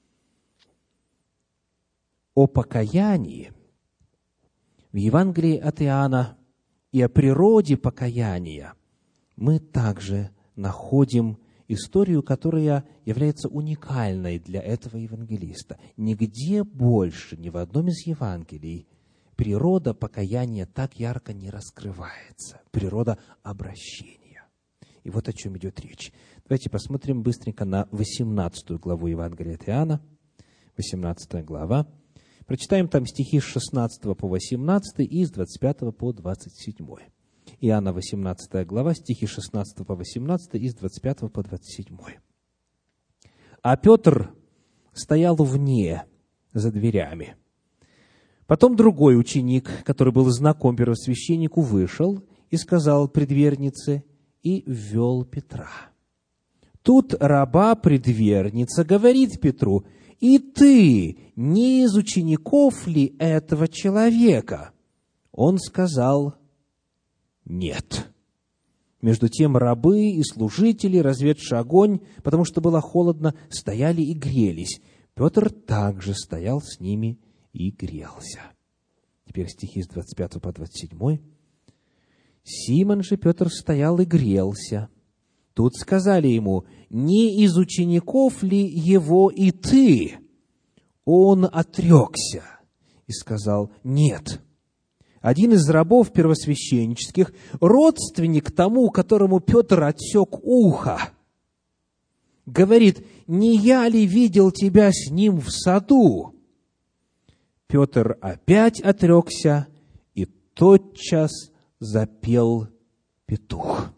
О покаянии в Евангелии от Иоанна и о природе покаяния мы также находим историю, которая является уникальной для этого евангелиста. Нигде больше, ни в одном из Евангелий, природа покаяния так ярко не раскрывается. Природа обращения. И вот о чем идет речь. Давайте посмотрим быстренько на восемнадцатую главу Евангелия от Иоанна. восемнадцатая глава. Прочитаем там стихи с шестнадцатого по восемнадцатый и с двадцать пятого по двадцать седьмой. Иоанна, восемнадцатая глава, стихи с шестнадцатого по восемнадцатый и с двадцать пятого по двадцать седьмой. а Петр стоял вне, за дверями. Потом другой ученик, который был знаком первосвященнику, вышел и сказал предвернице, и ввел Петра. Тут раба-предверница говорит Петру: «И ты не из учеников ли этого человека?» Он сказал: «Нет». Между тем рабы и служители, разведши огонь, потому что было холодно, стояли и грелись. Петр также стоял с ними и грелся. Теперь стихи с двадцать пятого по двадцать седьмой. «Симон же Петр стоял и грелся. Тут сказали ему: не из учеников ли его и ты? Он отрекся и сказал: нет». Один из рабов первосвященнических, родственник тому, которому Петр отсек ухо, говорит: не я ли видел тебя с ним в саду? Петр опять отрекся, и тотчас запел петух.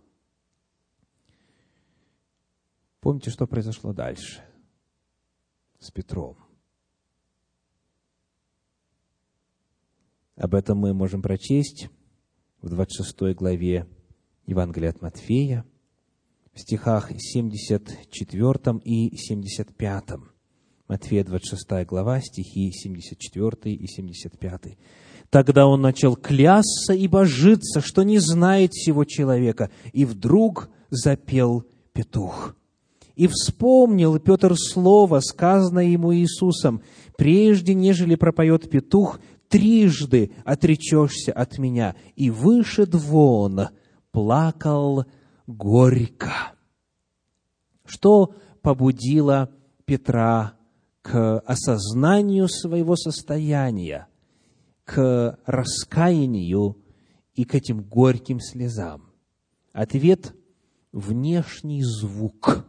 Помните, что произошло дальше с Петром? Об этом мы можем прочесть в двадцать шестой главе Евангелия от Матфея, в стихах семьдесят четвёртом и семьдесят пятом. Матфея, двадцать шестая глава, стихи семьдесят четвёртый и семьдесят пятый. «Тогда он начал клясться и божиться, что не знает сего человека, и вдруг запел петух. И вспомнил Петр слово, сказанное ему Иисусом: прежде, нежели пропоет петух, трижды отречешься от меня. И вышед вон, плакал горько». Что побудило Петра к осознанию своего состояния, к раскаянию и к этим горьким слезам? Ответ – внешний звук.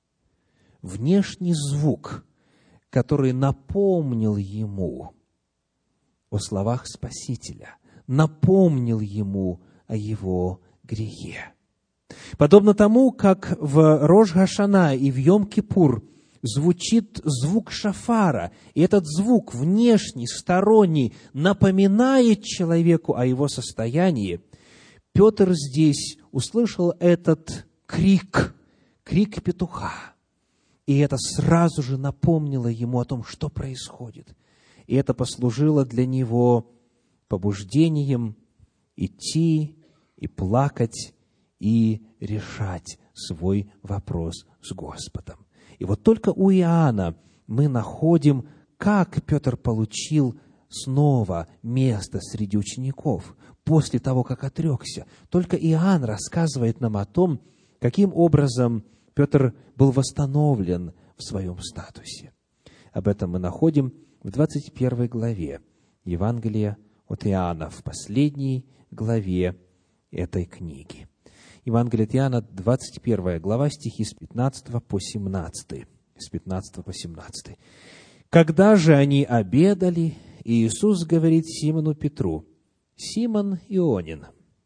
Внешний звук, который напомнил ему о словах Спасителя, напомнил ему о его грехе. Подобно тому, как в Рош га-Шана и в Йом-Кипур звучит звук шафара, и этот звук внешний, сторонний, напоминает человеку о его состоянии, Петр здесь услышал этот крик, крик петуха, и это сразу же напомнило ему о том, что происходит. И это послужило для него побуждением идти и плакать, и решать свой вопрос с Господом. И вот только у Иоанна мы находим, как Петр получил снова место среди учеников после того, как отрекся. Только Иоанн рассказывает нам о том, каким образом Петр был восстановлен в своем статусе. Об этом мы находим в двадцать первой главе Евангелия от Иоанна, в последней главе этой книги. Евангелие от Иоанна, двадцать первая глава, стихи с пятнадцатого по семнадцатый. С пятнадцатого по семнадцатый. «Когда же они обедали, Иисус говорит Симону Петру: Симон Ионин,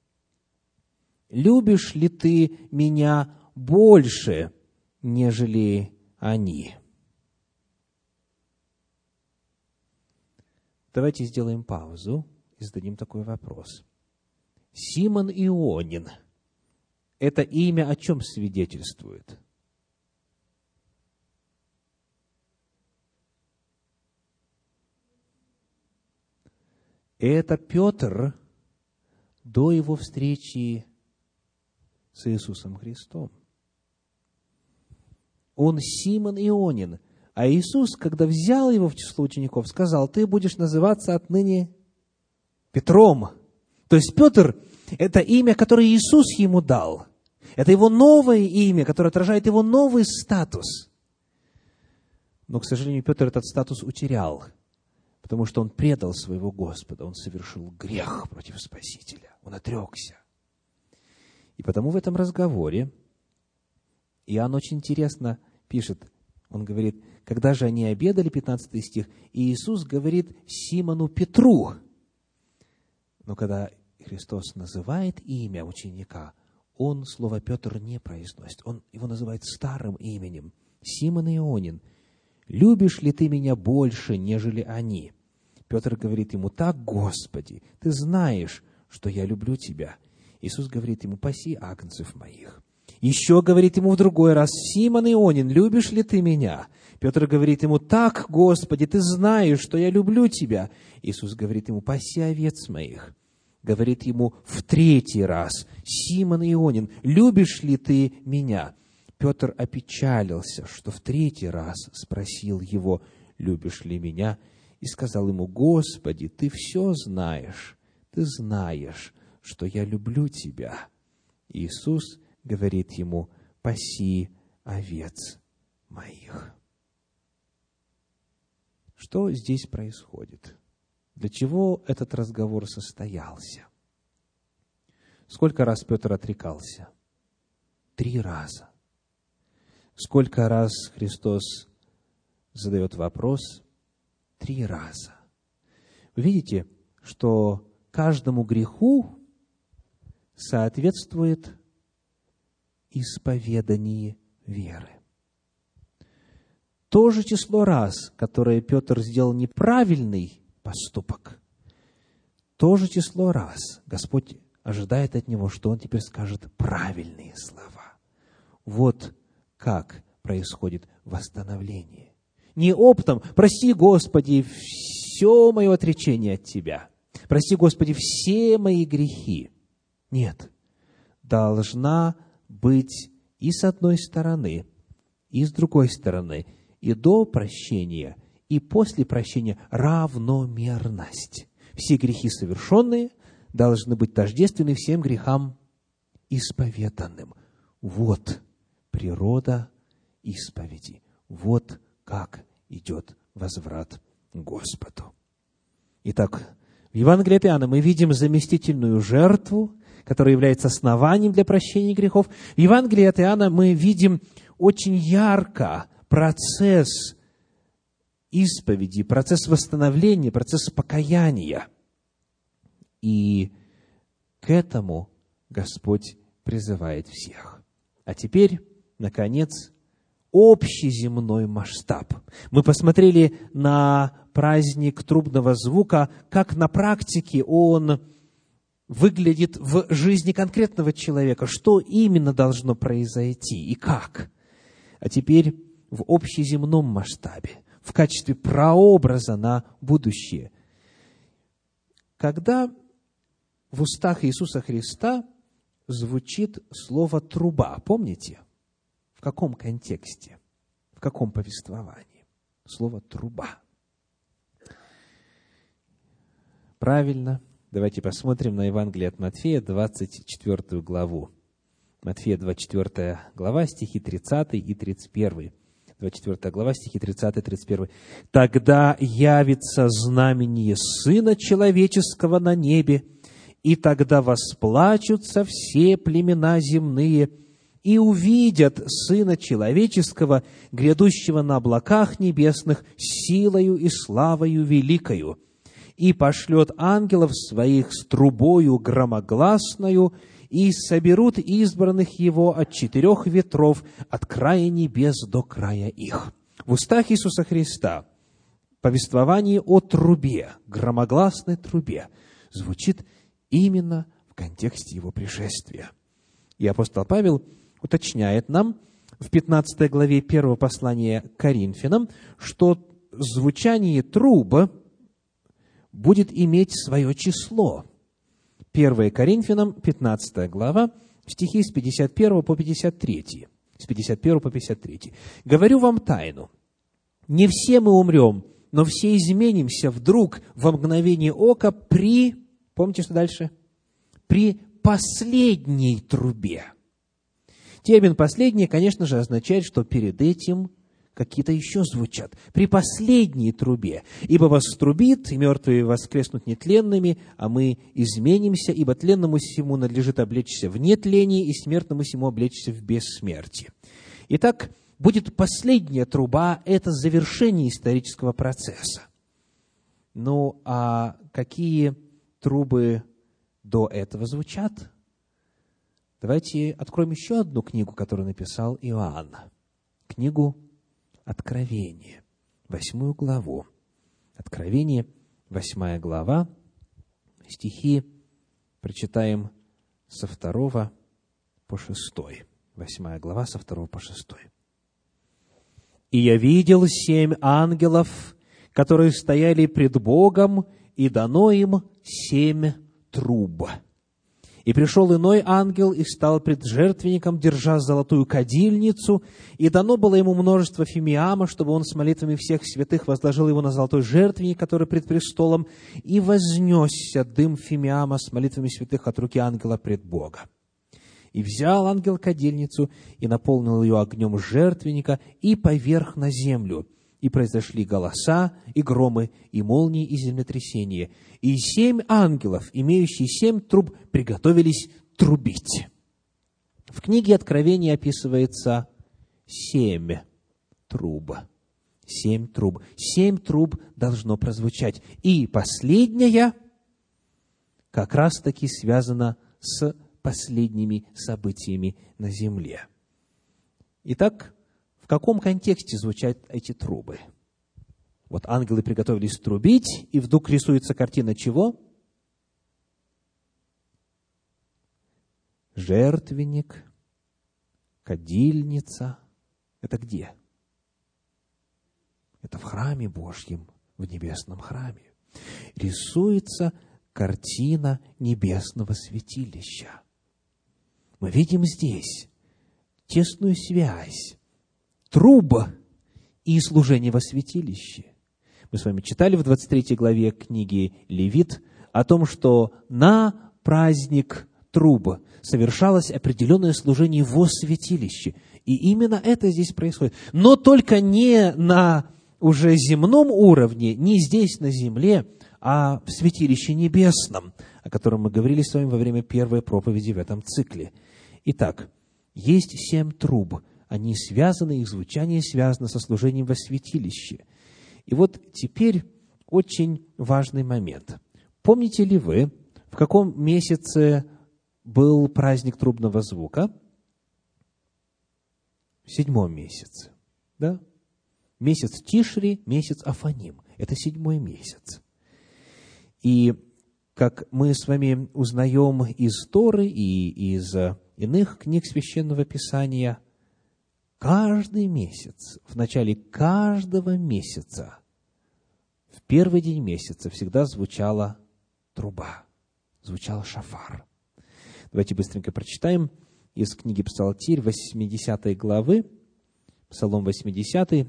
любишь ли ты меня больше, нежели они?» Давайте сделаем паузу и зададим такой вопрос. Симон Ионин – это имя о чем свидетельствует? Это Петр до его встречи с Иисусом Христом. Он Симон Ионин. А Иисус, когда взял его в число учеников, сказал: ты будешь называться отныне Петром. То есть Петр – это имя, которое Иисус ему дал. Это его новое имя, которое отражает его новый статус. Но, к сожалению, Петр этот статус утерял, потому что он предал своего Господа, он совершил грех против Спасителя, он отрекся. И потому в этом разговоре Иоанн очень интересно пишет, он говорит: когда же они обедали, пятнадцатый стих, и Иисус говорит Симону Петру. Но когда Христос называет имя ученика, он слово Петр не произносит, он его называет старым именем. Симон Ионин, любишь ли ты меня больше, нежели они? Петр говорит ему: так, Господи, ты знаешь, что я люблю тебя. Иисус говорит ему: паси агнцев моих. Еще говорит ему в другой раз: Симон Ионин, любишь ли ты меня? Петр говорит ему: так, Господи, ты знаешь, что я люблю тебя. Иисус говорит ему: паси овец моих. Говорит ему в третий раз: Симон Ионин, любишь ли ты меня? Петр опечалился, что в третий раз спросил его: любишь ли меня? И сказал ему: Господи, ты все знаешь, ты знаешь, что я люблю тебя. Иисус говорит ему: паси овец моих. Что здесь происходит? Для чего этот разговор состоялся? Сколько раз Петр отрекался? Три раза. Сколько раз Христос задает вопрос? Три раза. Вы видите, что каждому греху соответствует исповедание веры. То же число раз, которое Петр сделал неправильный поступок, то же число раз Господь ожидает от него, что он теперь скажет правильные слова. Вот как происходит восстановление. Не оптом: прости, Господи, все мое отречение от Тебя. Прости, Господи, все мои грехи. Нет. Должна быть и с одной стороны, и с другой стороны, и до прощения, и после прощения равномерность. Все грехи совершенные должны быть тождественны всем грехам исповеданным. Вот природа исповеди. Вот как идет возврат к Господу. Итак, в Евангелии от Иоанна мы видим заместительную жертву, которая является основанием для прощения грехов. В Евангелии от Иоанна мы видим очень ярко процесс исповеди, процесс восстановления, процесс покаяния. И к этому Господь призывает всех. А теперь, наконец, общеземной масштаб. Мы посмотрели на праздник трубного звука, как на практике он выглядит в жизни конкретного человека, что именно должно произойти и как. А теперь в общеземном масштабе, в качестве прообраза на будущее. Когда в устах Иисуса Христа звучит слово «труба», помните? В каком контексте? В каком повествовании? Слово «труба». Правильно. Давайте посмотрим на Евангелие от Матфея, двадцать четвёртую главу. Матфея, двадцать четвёртая глава, стихи тридцатый и тридцать первый. двадцать четвёртая глава, стихи тридцатый и тридцать первый. «Тогда явится знамение Сына Человеческого на небе, и тогда восплачутся все племена земные, и увидят Сына Человеческого, грядущего на облаках небесных, силою и славою великою, и пошлет ангелов своих с трубою громогласною, и соберут избранных Его от четырех ветров, от края небес до края их». В устах Иисуса Христа повествование о трубе, громогласной трубе, звучит именно в контексте Его пришествия. И апостол Павел уточняет нам в пятнадцатой главе первого послания к Коринфянам, что звучание труб будет иметь свое число. первое Коринфянам, пятнадцатая глава, стихи с пятьдесят первого по пятьдесят третий. С пятьдесят первого по пятьдесят третий. «Говорю вам тайну. Не все мы умрем, но все изменимся вдруг во мгновение ока при...» Помните, что дальше? «При последней трубе». Термин «последний», конечно же, означает, что перед этим какие-то еще звучат. «При последней трубе. Ибо вострубит, и мертвые воскреснут нетленными, а мы изменимся, ибо тленному сему надлежит облечься в нетлении, и смертному сему облечься в бессмертии». Итак, будет последняя труба – это завершение исторического процесса. Ну, а какие трубы до этого звучат? Давайте откроем еще одну книгу, которую написал Иоанн. Книгу Откровение, восьмую главу. Откровение, восьмая глава, стихи прочитаем со второго по шестой. Восьмая глава, со второго по шестой. «И я видел семь ангелов, которые стояли пред Богом, и дано им семь труб. И пришел иной ангел и стал пред жертвенником, держа золотую кадильницу, и дано было ему множество фимиама, чтобы он с молитвами всех святых возложил его на золотой жертвенник, который пред престолом, и вознесся дым фимиама с молитвами святых от руки ангела пред Бога. И взял ангел кадильницу, и наполнил ее огнем жертвенника, и поверх на землю. И произошли голоса, и громы, и молнии, и землетрясения. И семь ангелов, имеющие семь труб, приготовились трубить». В книге Откровения описывается семь труб. Семь труб. Семь труб должно прозвучать. И последняя как раз-таки связана с последними событиями на земле. Итак, в каком контексте звучат эти трубы? Вот ангелы приготовились трубить, и вдруг рисуется картина чего? Жертвенник, кадильница. Это где? Это в храме Божьем, в небесном храме. Рисуется картина небесного святилища. Мы видим здесь тесную связь труба и служение во святилище. Мы с вами читали в двадцать третьей главе книги Левит о том, что на праздник труб совершалось определенное служение во святилище. И именно это здесь происходит. Но только не на уже земном уровне, не здесь на земле, а в святилище небесном, о котором мы говорили с вами во время первой проповеди в этом цикле. Итак, есть семь труб. Они связаны, их звучание связано со служением во святилище. И вот теперь очень важный момент. Помните ли вы, в каком месяце был праздник трубного звука? В седьмом месяце. Да? Месяц Тишри, месяц Афаним. Это седьмой месяц. И как мы с вами узнаем из Торы и из иных книг Священного Писания, каждый месяц, в начале каждого месяца, в первый день месяца всегда звучала труба, звучал шафар. Давайте быстренько прочитаем из книги Псалтирь, восьмидесятой главы, Псалом восьмидесятый,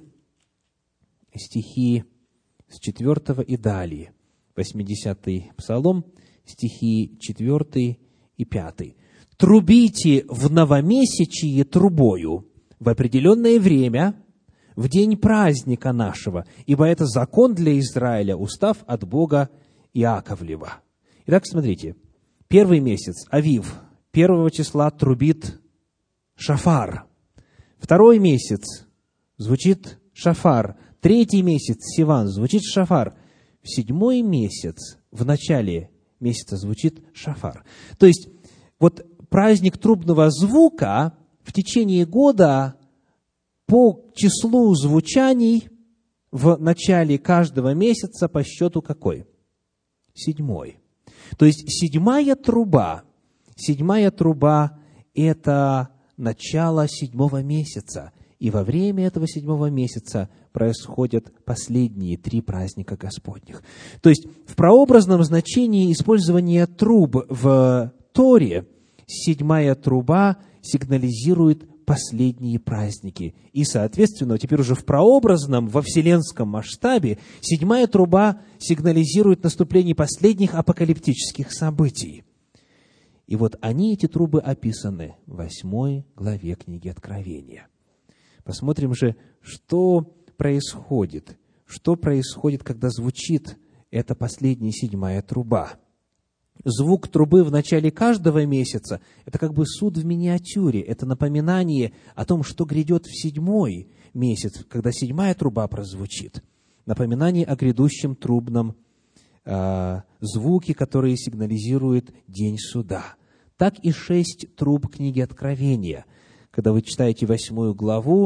стихи с четвертого и далее. восьмидесятый Псалом, стихи четвертый и пятый. «Трубите в новомесячие трубою в определенное время, в день праздника нашего, ибо это закон для Израиля, устав от Бога Иаковлева». Итак, смотрите, первый месяц, Авив, первого числа трубит шафар. Второй месяц звучит шафар. Третий месяц, Сиван, звучит шафар. В седьмой месяц, в начале месяца звучит шафар. То есть, вот праздник трубного звука в течение года по числу звучаний в начале каждого месяца по счету какой? Седьмой. То есть, седьмая труба, седьмая труба – это начало седьмого месяца. И во время этого седьмого месяца происходят последние три праздника Господних. То есть, в прообразном значении использования труб в Торе седьмая труба сигнализирует последние праздники. И, соответственно, теперь уже в прообразном, во вселенском масштабе, седьмая труба сигнализирует наступление последних апокалиптических событий. И вот они, эти трубы, описаны в восьмой главе книги Откровения. Посмотрим же, что происходит. Что происходит, когда звучит эта последняя седьмая труба. Звук трубы в начале каждого месяца – это как бы суд в миниатюре, это напоминание о том, что грядет в седьмой месяц, когда седьмая труба прозвучит. Напоминание о грядущем трубном э, звуке, который сигнализирует день суда. Так и шесть труб книги Откровения. Когда вы читаете восьмую главу,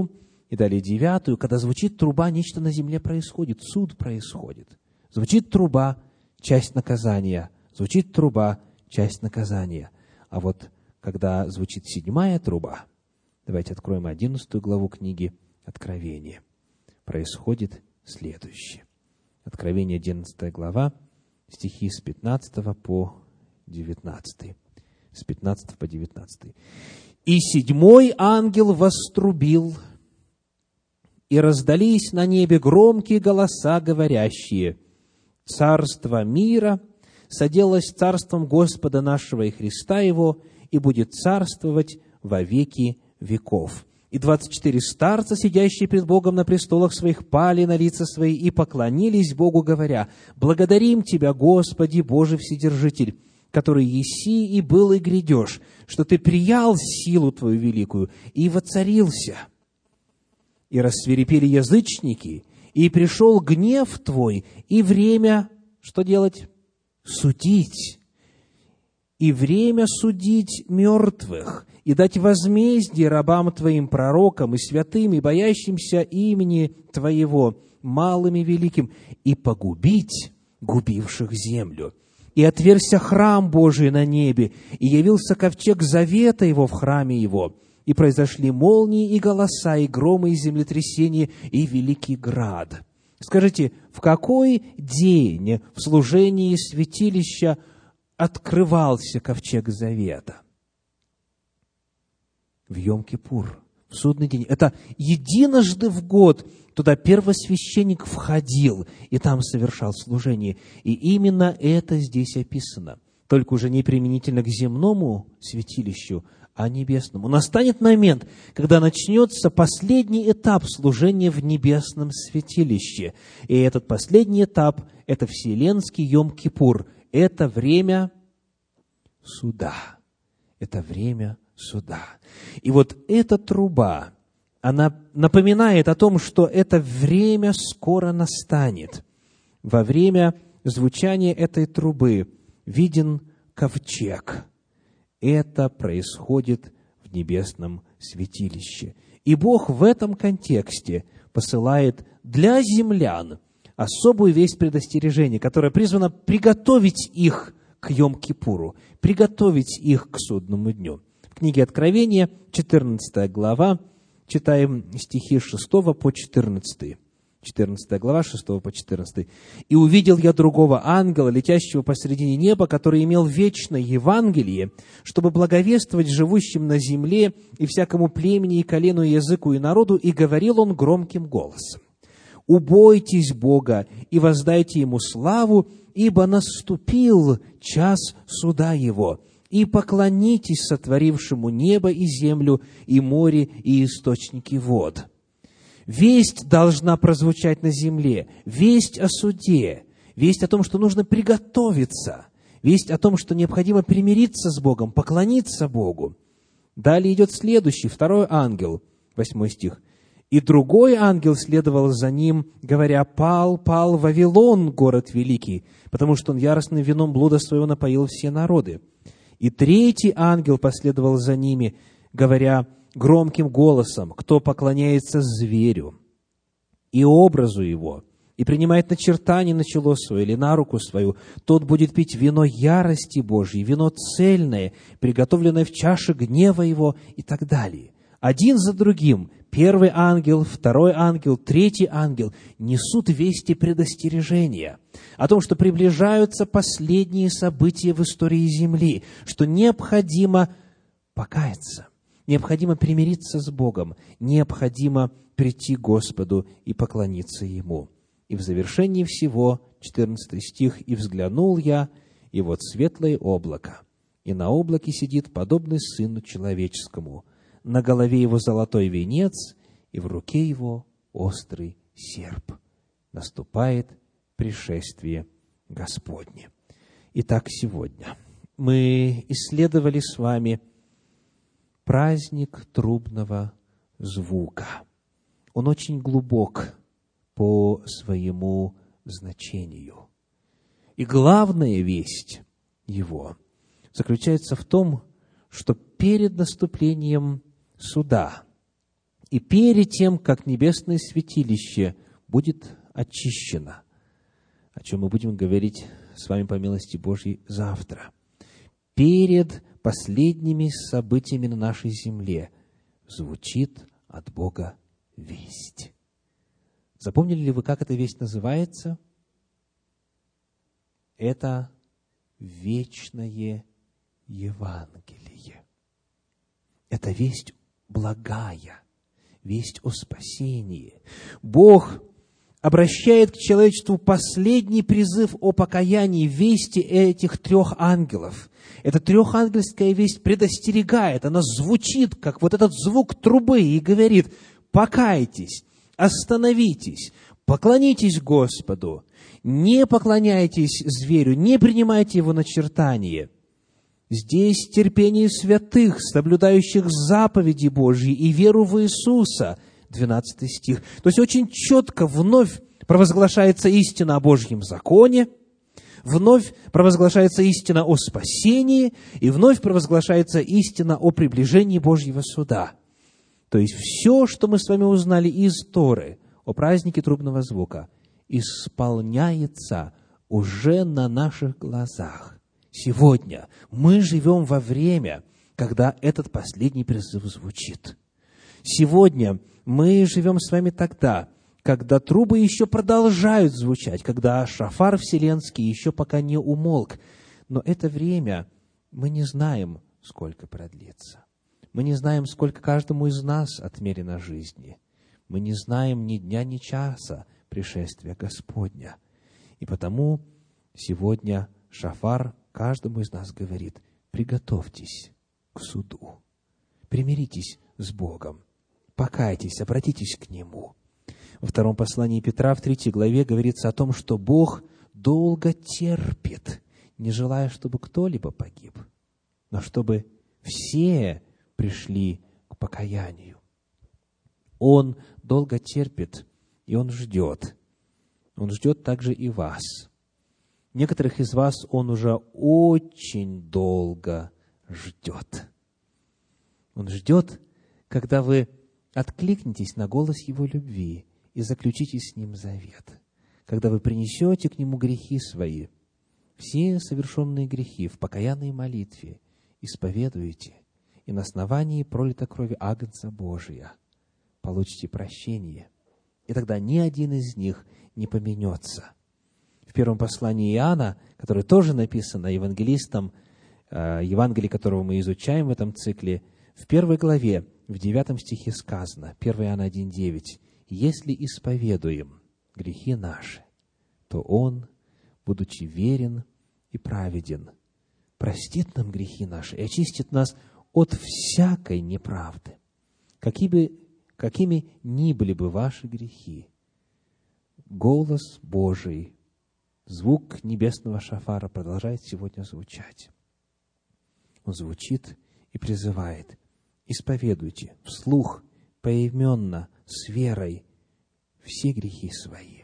И далее девятую, когда звучит труба, нечто на земле происходит, суд происходит. Звучит труба, часть наказания. Звучит труба, часть наказания. А вот когда звучит седьмая труба, давайте откроем одиннадцатую главу книги Откровения, происходит следующее. Откровение, одиннадцатая глава, стихи с пятнадцатого по девятнадцатый. С пятнадцатого по девятнадцатый. «И седьмой ангел вострубил, и раздались на небе громкие голоса, говорящие: Царство мира соделалось царством Господа нашего и Христа Его, и будет царствовать во веки веков. И двадцать четыре старца, сидящие пред Богом на престолах своих, пали на лица свои и поклонились Богу, говоря: Благодарим Тебя, Господи, Боже Вседержитель, который еси и был и грядешь, что Ты приял силу Твою великую и воцарился. И рассвирепели язычники, и пришел гнев Твой, и время, что делать? Судить. И время судить мертвых, и дать возмездие рабам Твоим, пророкам и святым, и боящимся имени Твоего, малым и великим, и погубить губивших землю. И отверзся храм Божий на небе, и явился ковчег завета Его в храме Его, и произошли молнии и голоса, и громы, и землетрясения, и великий град». Скажите, в какой день в служении святилища открывался ковчег завета? В Йом-Кипур, в судный день. Это единожды в год туда первосвященник входил и там совершал служение. И именно это здесь описано. Только уже не применительно к земному святилищу, а небесному. Настанет момент, когда начнется последний этап служения в небесном святилище. И этот последний этап – это вселенский Йом-Кипур. Это время суда. Это время суда. И вот эта труба, она напоминает о том, что это время скоро настанет. Во время звучания этой трубы виден ковчег. Это происходит в небесном святилище. И Бог в этом контексте посылает для землян особую весть предостережения, которая призвана приготовить их к Йом-Кипуру, приготовить их к судному дню. В книге Откровения, четырнадцатая глава, читаем стихи с шестого по четырнадцатый. четырнадцатая глава, шестого по четырнадцатый. «И увидел я другого ангела, летящего посредине неба, который имел вечное Евангелие, чтобы благовествовать живущим на земле и всякому племени, и колену, и языку, и народу, и говорил он громким голосом: Убойтесь Бога и воздайте Ему славу, ибо наступил час суда Его, и поклонитесь сотворившему небо и землю, и море, и источники вод». Весть должна прозвучать на земле, весть о суде, весть о том, что нужно приготовиться, весть о том, что необходимо примириться с Богом, поклониться Богу. Далее идет следующий, второй ангел, восьмой стих. «И другой ангел следовал за ним, говоря: Пал, пал Вавилон, город великий, потому что он яростным вином блуда своего напоил все народы. И третий ангел последовал за ними, говоря громким голосом: Кто поклоняется зверю и образу его, и принимает начертание на чело свое или на руку свою, тот будет пить вино ярости Божьей, вино цельное, приготовленное в чаше гнева его, и так далее». Один за другим первый ангел, второй ангел, третий ангел несут вести предостережения о том, что приближаются последние события в истории земли, что необходимо покаяться, необходимо примириться с Богом, необходимо прийти к Господу и поклониться Ему. И в завершении всего, четырнадцатый стих, «И взглянул я, и вот светлое облако, и на облаке сидит подобный Сыну Человеческому, на голове Его золотой венец, и в руке Его острый серп». Наступает пришествие Господне. Итак, сегодня мы исследовали с вами праздник трубного звука. Он очень глубок по своему значению. И главная весть его заключается в том, что перед наступлением суда и перед тем, как небесное святилище будет очищено, о чем мы будем говорить с вами по милости Божьей завтра, перед последними событиями на нашей земле звучит от Бога весть. Запомнили ли вы, как эта весть называется? Это вечное Евангелие. Это весть благая, весть о спасении. Бог обращает к человечеству последний призыв о покаянии в вести этих трех ангелов. Эта трехангельская весть предостерегает, она звучит, как вот этот звук трубы, и говорит: покайтесь, остановитесь, поклонитесь Господу, не поклоняйтесь зверю, не принимайте его начертание. Здесь терпение святых, соблюдающих заповеди Божьи и веру в Иисуса. двенадцатый стих. То есть очень четко вновь провозглашается истина о Божьем законе, вновь провозглашается истина о спасении, и вновь провозглашается истина о приближении Божьего суда. То есть все, что мы с вами узнали из Торы о празднике трубного звука, исполняется уже на наших глазах. Сегодня мы живем во время, когда этот последний призыв звучит. Сегодня мы живем с вами тогда, когда трубы еще продолжают звучать, когда шафар вселенский еще пока не умолк. Но это время мы не знаем, сколько продлится. Мы не знаем, сколько каждому из нас отмерено жизни. Мы не знаем ни дня, ни часа пришествия Господня. И потому сегодня шафар каждому из нас говорит: приготовьтесь к суду, примиритесь с Богом, покайтесь, обратитесь к Нему. Во втором послании Петра, в третьей главе, говорится о том, что Бог долго терпит, не желая, чтобы кто-либо погиб, но чтобы все пришли к покаянию. Он долго терпит, и Он ждет. Он ждет также и вас. Некоторых из вас Он уже очень долго ждет. Он ждет, когда вы откликнетесь на голос Его любви и заключите с Ним завет. Когда вы принесете к Нему грехи свои, все совершенные грехи в покаянной молитве исповедуете, и на основании пролитой крови Агнца Божия получите прощение. И тогда ни один из них не поменется. В первом послании Иоанна, которое тоже написано евангелистом, Евангелие, которого мы изучаем в этом цикле, в первой главе, в девятом стихе сказано, первое Иоанна один девять: «Если исповедуем грехи наши, то Он, будучи верен и праведен, простит нам грехи наши и очистит нас от всякой неправды. Какими бы, какими ни были бы ваши грехи, голос Божий, звук небесного шафара продолжает сегодня звучать. Он звучит и призывает: исповедуйте вслух, поименно, с верой все грехи свои,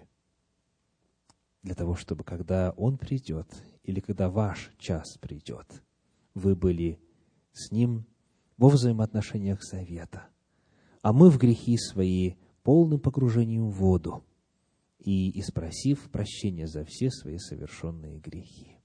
для того, чтобы, когда Он придет, или когда ваш час придет, вы были с Ним во взаимоотношениях завета, а мы в грехи свои полным погружением в воду и испросив прощения за все свои совершенные грехи.